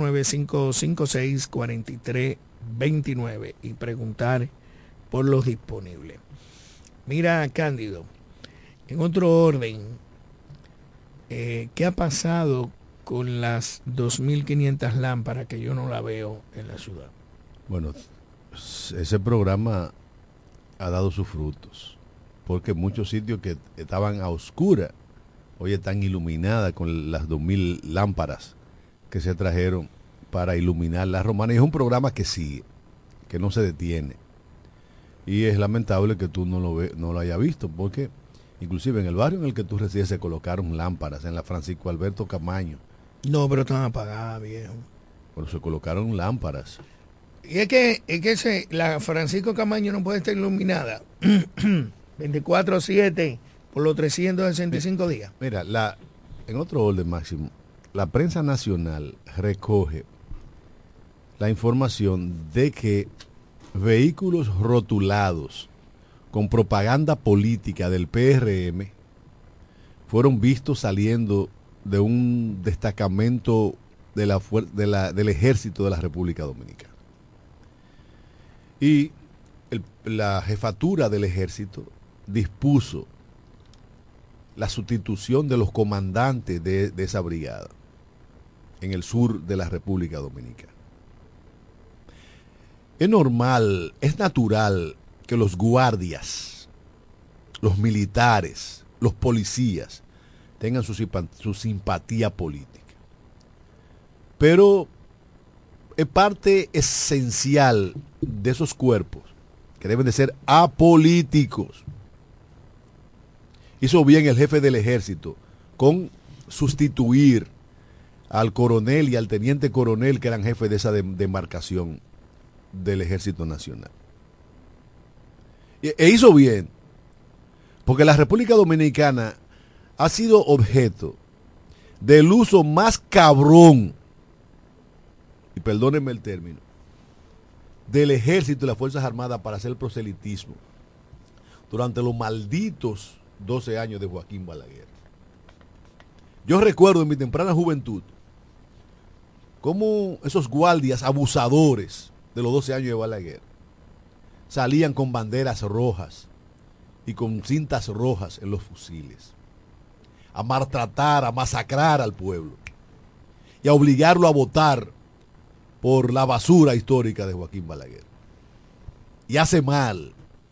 809-556-4329 y preguntar por los disponibles. Mira, Cándido, en otro orden, ¿qué ha pasado con las 2.500 lámparas que yo no la veo en la ciudad? Bueno, ese programa ha dado sus frutos, porque muchos sitios que estaban a oscuras hoy están iluminadas con las 2.000 lámparas que se trajeron para iluminar las romanas. Y es un programa que sigue, que no se detiene. Y es lamentable que tú no lo hayas visto, porque inclusive en el barrio en el que tú resides se colocaron lámparas, en la Francisco Alberto Camaño. No, pero están apagadas, viejo. Pero se colocaron lámparas. Y es que la Francisco Camaño no puede estar iluminada 24/7 por los 365 días. Mira, en otro orden, Máximo, la prensa nacional recoge la información de que vehículos rotulados con propaganda política del PRM fueron vistos saliendo de un destacamento del Ejército de la República Dominicana. Y la jefatura del Ejército dispuso la sustitución de los comandantes de esa brigada en el sur de la República Dominicana. Es normal, es natural que los guardias, los militares, los policías tengan su simpatía política. Pero es parte esencial de esos cuerpos que deben de ser apolíticos. Hizo bien el jefe del ejército con sustituir al coronel y al teniente coronel que eran jefes de esa demarcación del Ejército Nacional. E hizo bien, porque la República Dominicana ha sido objeto del uso más cabrón, y perdónenme el término, del Ejército y las Fuerzas Armadas para hacer proselitismo durante los malditos 12 años de Joaquín Balaguer. Yo recuerdo en mi temprana juventud cómo esos guardias abusadores de los 12 años de Balaguer salían con banderas rojas y con cintas rojas en los fusiles a maltratar, a masacrar al pueblo y a obligarlo a votar por la basura histórica de Joaquín Balaguer. Y hace mal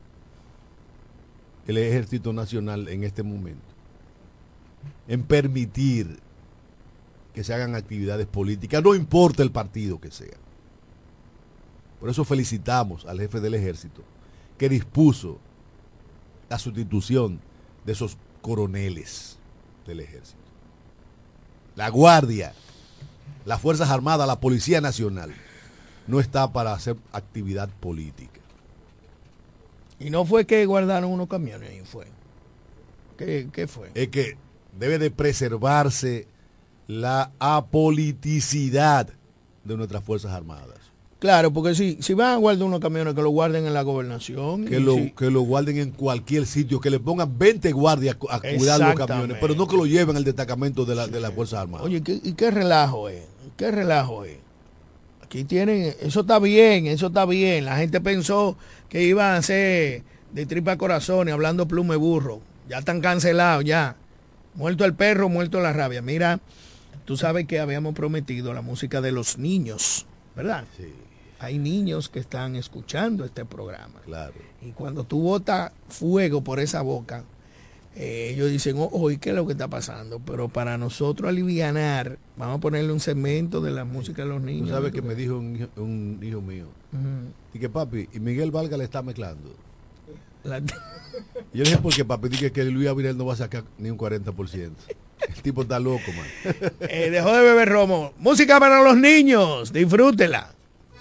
el Ejército Nacional en este momento en permitir que se hagan actividades políticas, no importa el partido que sea. Por eso felicitamos al jefe del Ejército que dispuso la sustitución de esos coroneles del Ejército. La Guardia, las Fuerzas Armadas, la Policía Nacional no está para hacer actividad política. Y no fue que guardaron unos camiones ahí, fue. ¿Qué fue? Es que debe de preservarse la apoliticidad de nuestras Fuerzas Armadas. Claro, porque si van a guardar unos camiones, que lo guarden en la gobernación. Que lo guarden en cualquier sitio, que le pongan 20 guardias a cuidar los camiones, pero no que lo lleven al destacamento de las Fuerzas Armadas. Oye, ¿y qué relajo es? ¿Qué relajo es? Aquí tienen, eso está bien. La gente pensó que iban a ser de tripa corazón y hablando plume burro. Ya están cancelados, ya. Muerto el perro, muerto la rabia. Mira, tú sabes que habíamos prometido la música de los niños, ¿verdad? Sí. Hay niños que están escuchando este programa. Claro. Y cuando tú botas fuego por esa boca, ellos dicen, ¿y qué es lo que está pasando? Pero para nosotros alivianar, vamos a ponerle un segmento de la música de los niños. Tú sabes que me dijo un hijo mío, y que papi, y Miguel Vargas le está mezclando. Y yo le dije, ¿por qué, papi? Dije que Luis Abinel no va a sacar ni un 40%. El tipo está loco, man. Dejó de beber romo. Música para los niños, disfrútela.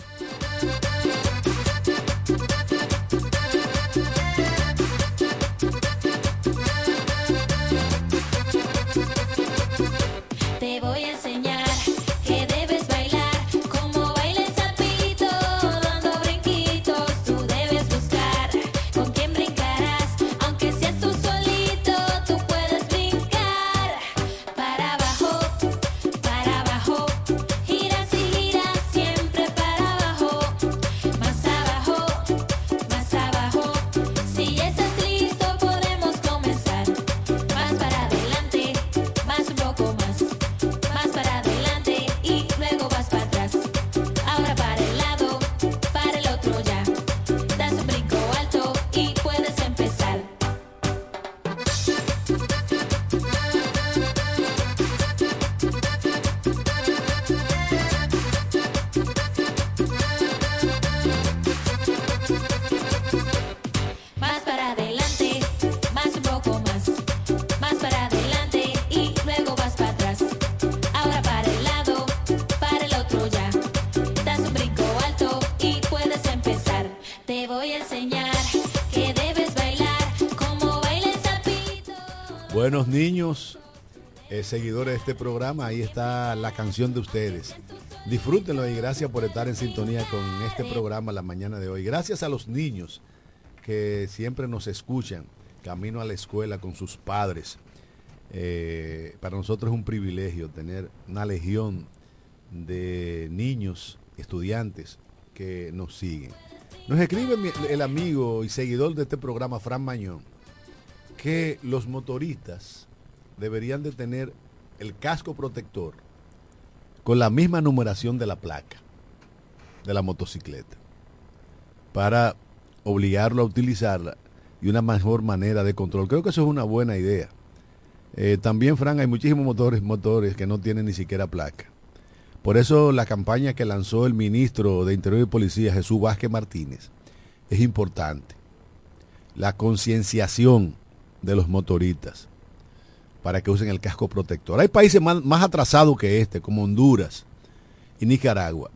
Te voy a enseñar que debes bailar como baila el sapito, dando brinquitos. Tú debes buscar con quién brincarás, aunque seas tú solito, tú puedes brincar. Para abajo, giras y giras siempre para abajo. Más abajo, si ya estás listo podemos comenzar. Más para adelante, más un poco más. Más para adelante y luego vas para atrás. Ahora para el lado, para el otro ya. Das un brinco alto y puedes empezar. Más para adelante, más un poco más. Más para adelante y luego vas para atrás. Ahora para el lado, para el otro ya. Das un brinco alto y puedes empezar. Te voy a enseñar que debes bailar como baila el sapito. Buenos niños, seguidores de este programa, ahí está la canción de ustedes. Disfrútenlo y gracias por estar en sintonía con este programa la mañana de hoy. Gracias a los niños que siempre nos escuchan camino a la escuela con sus padres. Para nosotros es un privilegio tener una legión de niños, estudiantes que nos siguen. Nos escribe el amigo y seguidor de este programa, Fran Mañón, que los motoristas deberían de tener el casco protector con la misma numeración de la placa de la motocicleta para obligarlo a utilizarla y una mejor manera de control. Creo que eso es una buena idea. También, Fran, hay muchísimos motores que no tienen ni siquiera placa. Por eso la campaña que lanzó el ministro de Interior y Policía, Jesús Vázquez Martínez, es importante. La concienciación de los motoristas para que usen el casco protector. Hay países más atrasados que este, como Honduras y Nicaragua,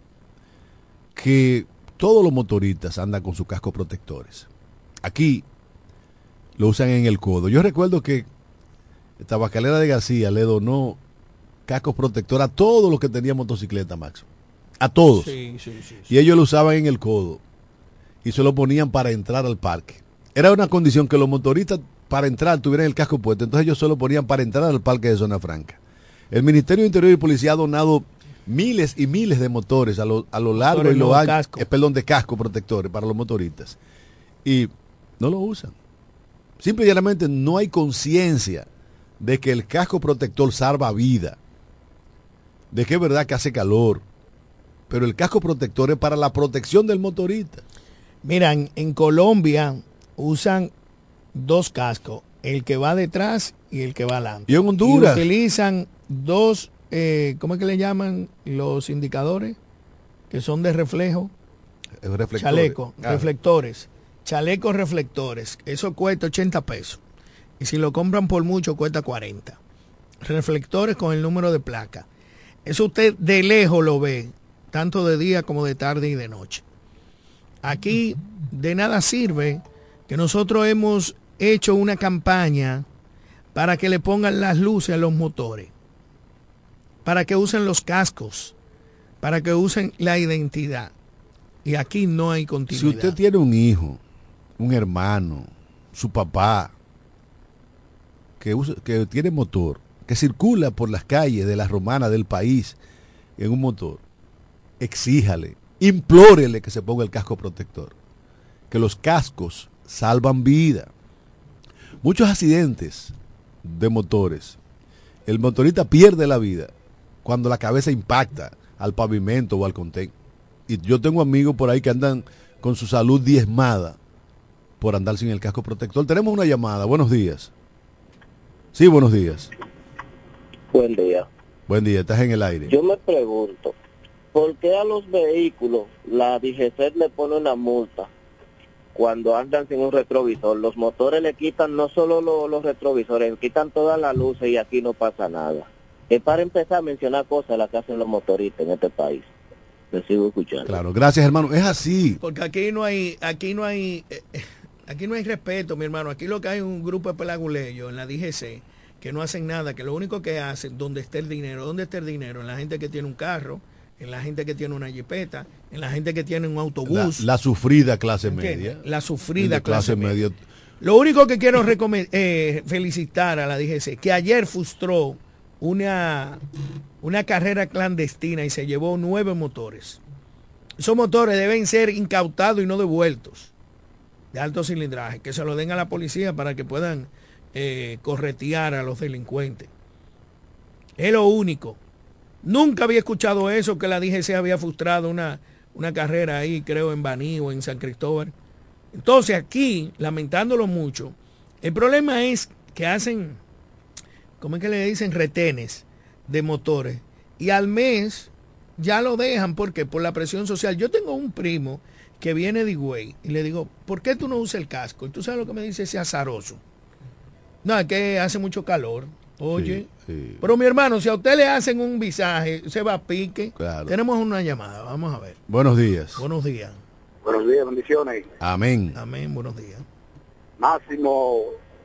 que todos los motoristas andan con sus cascos protectores. Aquí lo usan en el codo. Yo recuerdo que Tabacalera de García le donó cascos protectores a todos los que tenían motocicleta, Max. A todos. Sí. Y ellos lo usaban en el codo y se lo ponían para entrar al parque. Era una condición que los motoristas para entrar tuvieran el casco puesto, entonces ellos solo ponían para entrar al parque de Zona Franca. El Ministerio de Interior y Policía ha donado miles y miles de motores a lo largo y lo ancho, de casco protectores para los motoristas. Y no lo usan. Simple y llanamente no hay conciencia de que el casco protector salva vida, de que es verdad que hace calor, pero el casco protector es para la protección del motorista. Mira, en Colombia usan dos cascos, el que va detrás y el que va adelante. Y en Honduras. Y utilizan dos, ¿cómo es que le llaman los indicadores? Que son de reflejo. Chaleco, reflectores. Chalecos reflectores. Eso cuesta 80 pesos. Y si lo compran por mucho, cuesta 40. Reflectores con el número de placa. Eso usted de lejos lo ve. tanto de día como de tarde y de noche. Aquí de nada sirve que nosotros hemos hecho una campaña para que le pongan las luces a los motores, para que usen los cascos, para que usen la identidad. Y aquí no hay continuidad. Si usted tiene un hijo, un hermano, su papá, que tiene motor, que circula por las calles de la Romana del país en un motor, exíjale, implórele que se ponga el casco protector, que los cascos salvan vida. Muchos accidentes de motores, el motorista pierde la vida cuando la cabeza impacta al pavimento o al contén. Y yo tengo amigos por ahí que andan con su salud diezmada por andar sin el casco protector. Tenemos una llamada. Buenos días. Sí, buenos días. Buen día. Buen día, estás en el aire. Yo me pregunto, ¿por qué a los vehículos la DGC le pone una multa cuando andan sin un retrovisor? Los motores le quitan no solo los retrovisores, le quitan todas las luces y aquí no pasa nada. Es para empezar a mencionar cosas las que hacen los motoristas en este país. Le sigo escuchando. Claro, gracias, hermano. Es así. Porque aquí no hay respeto, mi hermano. Aquí lo que hay es un grupo de pelaguleyos en la DGC que no hacen nada, que lo único que hacen, ¿dónde está el dinero? ¿Dónde está el dinero? En la gente que tiene un carro, en la gente que tiene una jipeta, en la gente que tiene un autobús. La sufrida clase media. La sufrida clase media. Lo único que quiero felicitar a la DGC, que ayer frustró una carrera clandestina y se llevó 9 motores. Esos motores deben ser incautados y no devueltos, de alto cilindraje, que se lo den a la policía para que puedan corretear a los delincuentes. Es lo único. Nunca había escuchado eso, que la DGC había frustrado una carrera ahí, creo, en Baní o en San Cristóbal. Entonces aquí, lamentándolo mucho, el problema es que hacen, ¿cómo es que le dicen? Retenes de motores. Y al mes ya lo dejan, porque por la presión social. Yo tengo un primo que viene de Higüey y le digo, ¿por qué tú no usas el casco? Y tú sabes lo que me dice ese azaroso. No, es que hace mucho calor. Oye, sí. Pero mi hermano, si a usted le hacen un visaje, se va a pique. Claro. Tenemos una llamada, vamos a ver. Buenos días. Buenos días. Buenos días, bendiciones. Amén. Amén, buenos días. Máximo,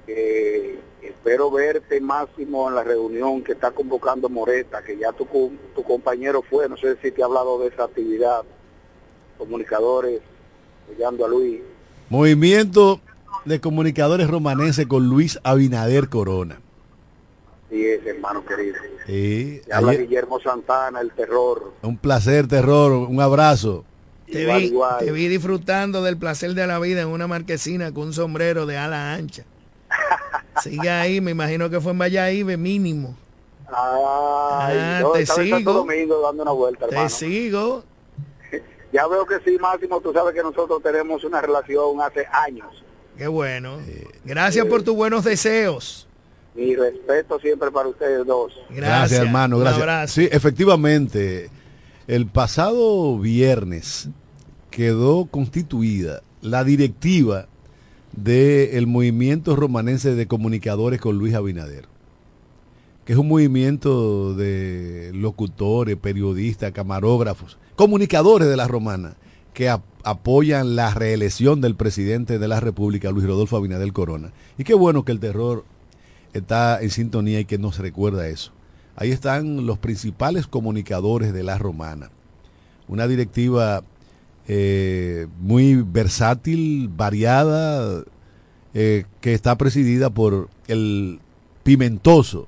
espero verte, Máximo, en la reunión que está convocando Moreta, que ya tu compañero fue, no sé si te ha hablado de esa actividad, comunicadores, apoyando a Luis. Movimiento de comunicadores romanenses con Luis Abinader Corona. Sí, es, hermano querido. Sí, habla Guillermo Santana, el terror. Un placer, terror, un abrazo. Te vi disfrutando del placer de la vida en una marquesina con un sombrero de ala ancha. Sigue ahí, me imagino que fue en Valladolid mínimo. No, te sigo. Domingo dando una vuelta, hermano. Te sigo. Ya veo que sí, Máximo, tú sabes que nosotros tenemos una relación hace años. Qué bueno. Gracias por tus buenos deseos. Mi respeto siempre para ustedes dos. Gracias, hermano. Gracias. Sí, efectivamente, el pasado viernes quedó constituida la directiva del movimiento romanense de comunicadores con Luis Abinader, que es un movimiento de locutores, periodistas, camarógrafos, comunicadores de la Romana, que apoyan la reelección del presidente de la República, Luis Rodolfo Abinader Corona. Y qué bueno que el terror está en sintonía y que nos recuerda eso. Ahí están los principales comunicadores de la Romana. Una directiva muy versátil, variada, que está presidida por el pimentoso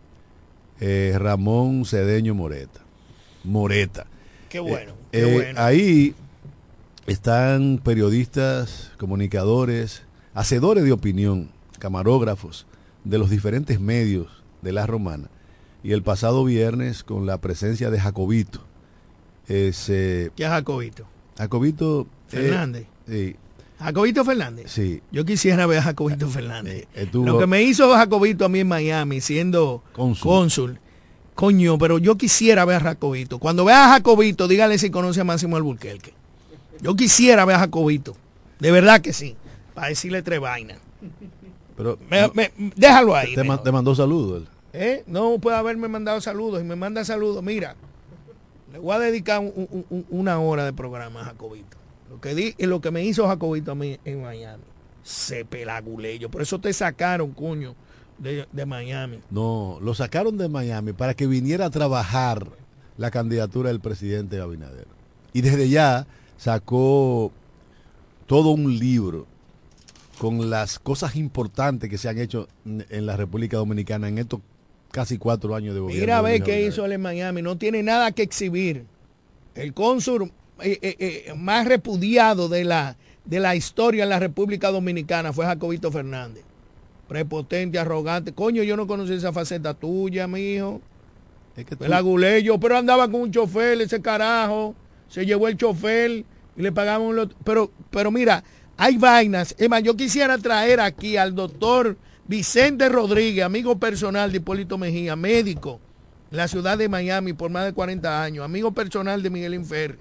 Ramón Cedeño Moreta. Qué bueno, qué bueno. Ahí están periodistas, comunicadores, hacedores de opinión, camarógrafos de los diferentes medios de la Romana. Y el pasado viernes, con la presencia de Jacobito. ¿Qué es Jacobito? Jacobito Fernández. Sí. Jacobito Fernández. Sí. Yo quisiera ver a Jacobito Fernández. Lo que me hizo Jacobito a mí en Miami, siendo cónsul. Coño, pero yo quisiera ver a Jacobito. Cuando vea a Jacobito, dígale si conoce a Máximo Alburquerque. Yo quisiera ver a Jacobito. De verdad que sí. Para decirle 3 vainas. Pero déjalo ahí. Te mandó saludos. No puede haberme mandado saludos. Y me manda saludos. Mira, Le voy a dedicar una hora de programa a Jacobito. Lo que me hizo Jacobito a mí en Miami. Se pelaguleyo. Por eso te sacaron, cuño, de Miami. No, lo sacaron de Miami para que viniera a trabajar la candidatura del presidente Abinader. Y desde ya sacó todo un libro con las cosas importantes que se han hecho en la República Dominicana en estos casi 4 años de gobierno. Mira a ver qué hizo él en Miami. No tiene nada que exhibir. El cónsul más repudiado de la historia en la República Dominicana fue Jacobito Fernández. Prepotente, arrogante. Coño, yo no conocí esa faceta tuya, mijo. Es que Pelaguleyo, pero andaba con un chofer, ese carajo. Se llevó el chofer y le pagamos pero mira, hay vainas. Es más, yo quisiera traer aquí al doctor Vicente Rodríguez, amigo personal de Hipólito Mejía, médico en la ciudad de Miami por más de 40 años, amigo personal de Miguel Inferri.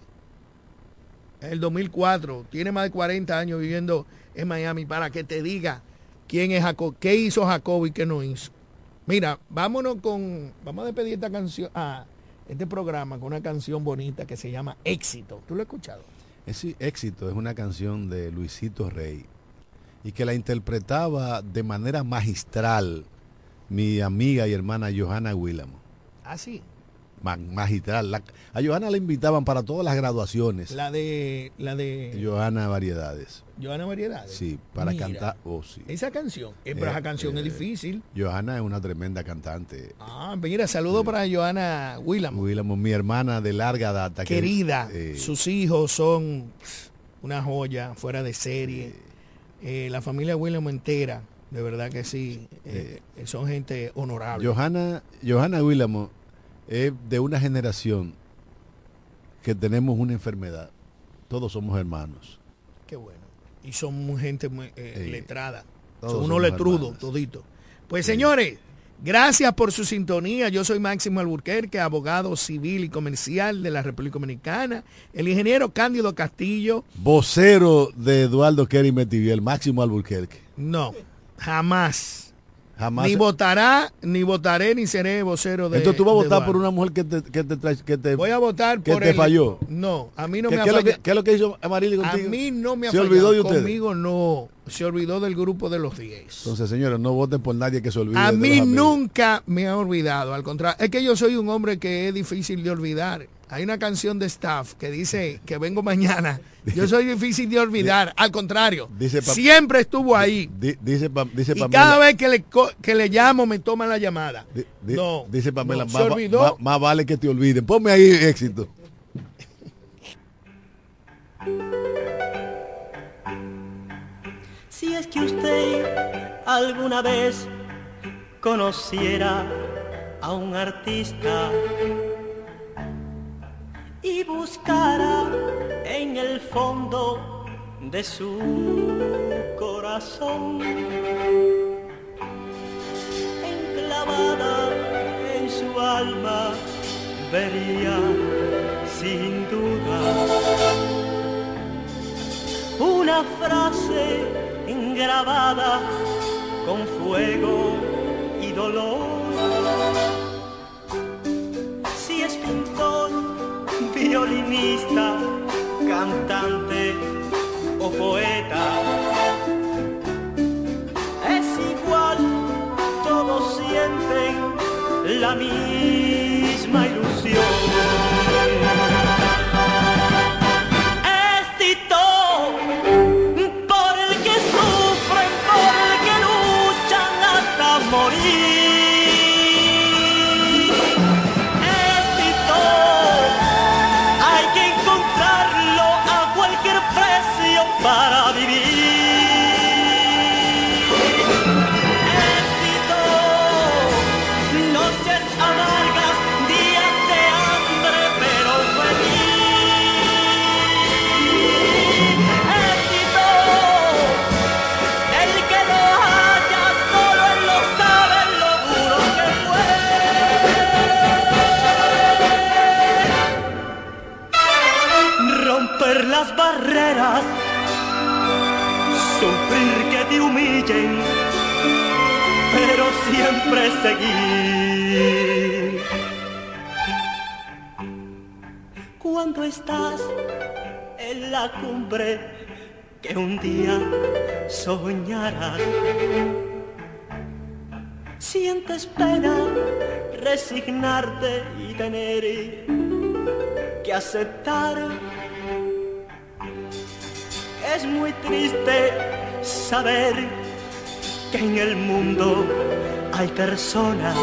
En el 2004, tiene más de 40 años viviendo en Miami, para que te diga quién es Jacob, qué hizo Jacob y qué no hizo. Mira, vamos a despedir esta canción, este programa con una canción bonita que se llama Éxito. ¿Tú lo has escuchado? Éxito es una canción de Luisito Rey y que la interpretaba de manera magistral mi amiga y hermana Johanna Willamo. Ah, sí. Magistral. A Johanna la invitaban para todas las graduaciones. La de Johanna Variedades. Johanna Variedades. Sí, para cantar. Oh, sí. Esa canción, pero esa canción es difícil. Johanna es una tremenda cantante. Mira, saludo para Johanna Willamo. Willamo, mi hermana de larga data. Querida, sus hijos son una joya, fuera de serie. La familia Willamo entera, de verdad que sí, son gente honorable. Johanna Willamo es de una generación que tenemos una enfermedad. Todos somos hermanos. Qué bueno. Y somos gente letrada. Son unos letrudos, todito. Pues señores, gracias por su sintonía. Yo soy Máximo Alburquerque, abogado civil y comercial de la República Dominicana. El ingeniero Cándido Castillo. Vocero de Eduardo Kerry Metiviel, Máximo Alburquerque. No, jamás. Ni votará, ni votaré, ni seré vocero de. Entonces tú vas a votar por una mujer que te voy a votar que por te falló. No, a mí no me ha fallado. ¿Qué es lo que hizo Amarili contigo? A mí no me ha fallado. ¿Se olvidó de usted? Conmigo no. Se olvidó del grupo de los 10. Entonces, señores, no voten por nadie que se olvide. A mí nunca me ha olvidado. Al contrario, es que yo soy un hombre que es difícil de olvidar. Hay una canción de Staff que dice que vengo mañana. Yo soy difícil de olvidar. Al contrario, siempre estuvo ahí. Dice y cada vez que le llamo me toma la llamada. No. Dice Pamela, se olvidó. Más vale que te olviden. Ponme ahí Éxito. Si es que usted alguna vez conociera a un artista y buscara en el fondo de su corazón, enclavada en su alma, vería sin duda una frase grabada con fuego y dolor. Si es pintor, violinista, cantante o poeta, es igual, todos sienten la misma ilusión. Para vivir. Éxito, noches amargas, días de hambre, pero feliz. Éxito, el que lo haya solo él lo sabe lo duro que fue. Romper las barreras, sufrir que te humillen, pero siempre seguir. cuando estás en la cumbre que un día soñarás. Sientes pena resignarte y tener que aceptar. Es muy triste saber que en el mundo hay personas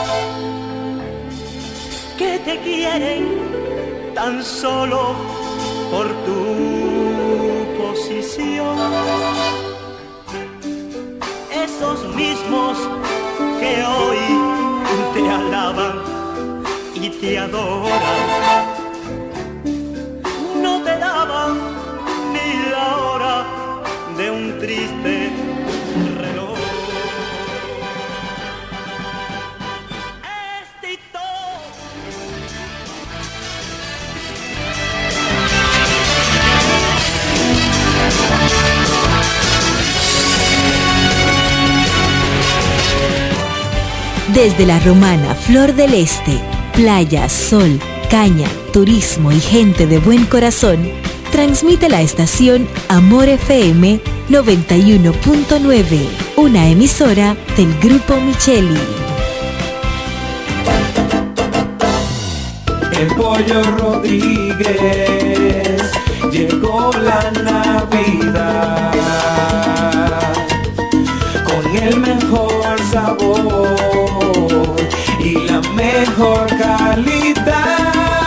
que te quieren tan solo por tu posición. Esos mismos que hoy te alaban y te adoran, no te daban ni la hora de un triste reloj. Desde la Romana, Flor del Este, playa, sol, caña, turismo y gente de buen corazón, transmite la estación Amor FM 91.9, una emisora del Grupo Micheli. El Pollo Rodríguez, llegó la Navidad con el mejor sabor y la mejor calidad.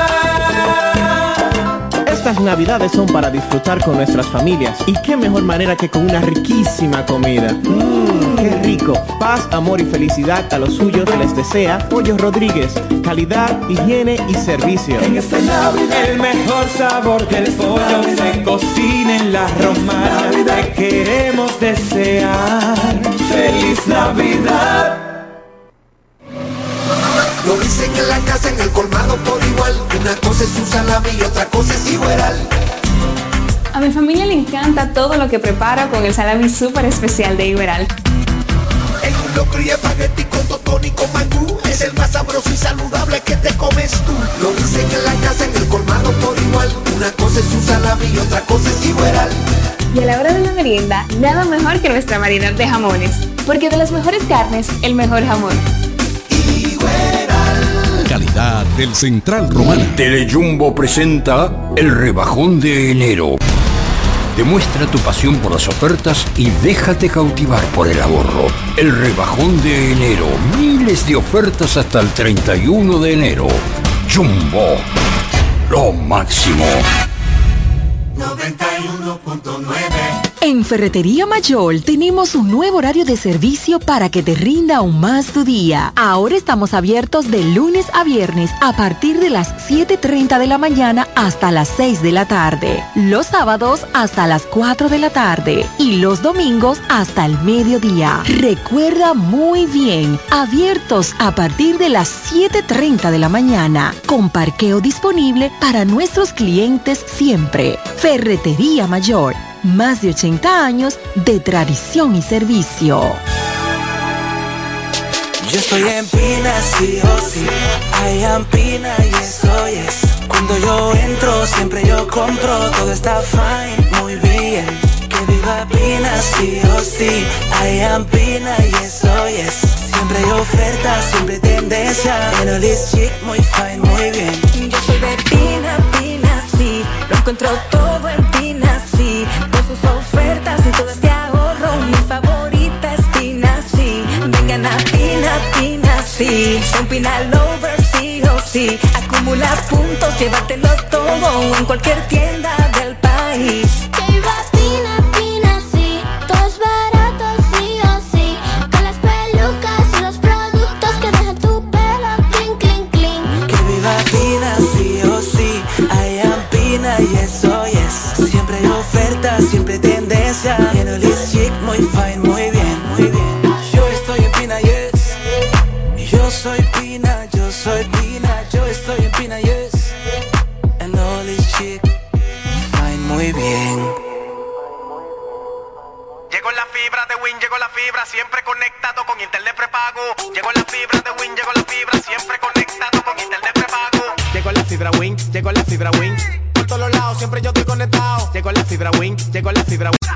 Estas navidades son para disfrutar con nuestras familias y qué mejor manera que con una riquísima comida. ¡Qué rico! Paz, amor y felicidad a los suyos les desea Pollo Rodríguez. Calidad, higiene y servicio. En esta Navidad el mejor sabor del pollo se cocina en la Romana. Te queremos desear ¡Feliz Navidad! Lo dicen en la casa, en el colmado por igual. Una cosa es su salami y otra cosa es Iberal. A mi familia le encanta todo lo que preparo con el salami súper especial de Iberal. En un locro y espagueti con totón y con mangú. Es el más sabroso y saludable que te comes tú. Lo dicen en la casa, en el colmado por igual. Una cosa es su salami y otra cosa es Iberal. Y a la hora de la merienda, nada mejor que nuestra variedad de jamones. Porque de las mejores carnes, el mejor jamón. Calidad del Central Romana. Telejumbo presenta el rebajón de enero. Demuestra tu pasión por las ofertas y déjate cautivar por el ahorro. El rebajón de enero. Miles de ofertas hasta el 31 de enero. Jumbo. Lo máximo. 91.9. En Ferretería Mayor tenemos un nuevo horario de servicio para que te rinda aún más tu día. Ahora estamos abiertos de lunes a viernes a partir de las 7:30 de la mañana hasta las 6 de la tarde. Los sábados hasta las 4 de la tarde y los domingos hasta el mediodía. Recuerda muy bien, abiertos a partir de las 7:30 de la mañana, con parqueo disponible para nuestros clientes siempre. Ferretería Mayor. Más de 80 años de tradición y servicio. Yo estoy en Pina, sí o sí. I am Pina y eso es. Cuando yo entro, siempre yo compro. Todo está fine, muy bien. Que viva Pina, sí o sí. I am Pina y eso es. Siempre hay ofertas, siempre tendencia. En el chic, muy fine, muy bien. Yo soy de Pina, Pina, sí. Lo encuentro todo en Pina, sí. Con sus ofertas y todo este ahorro. Mi favorita es Pina, sí. Vengan a Pina, Pina, sí. Son Pina lovers, sí o sí. Acumula puntos, llévatelo todo en cualquier tienda del país. Que viva Pina, Pina, sí. Todo es barato, sí o sí. Con las pelucas y los productos que dejan tu pelo clean, clean, clean. Que viva Pina, sí o sí. I am Pina y eso es. Siempre hay ofertas, siempre tendencia. En el chic, muy fine, muy bien, muy bien. Yo estoy en Pina, yes. Yo soy Pina, yo soy Pina. Yo estoy en Pina, yes. And all is chic, fine, muy bien. Llegó la fibra de Win, llegó la fibra, siempre conectado con internet prepago. Llegó la fibra de Win, llegó la fibra, siempre conectado con internet prepago. llegó la fibra Win, llegó la fibra Win. Por todos lados siempre yo estoy conectado. Llegó la fibra Win, llegó la fibra Win.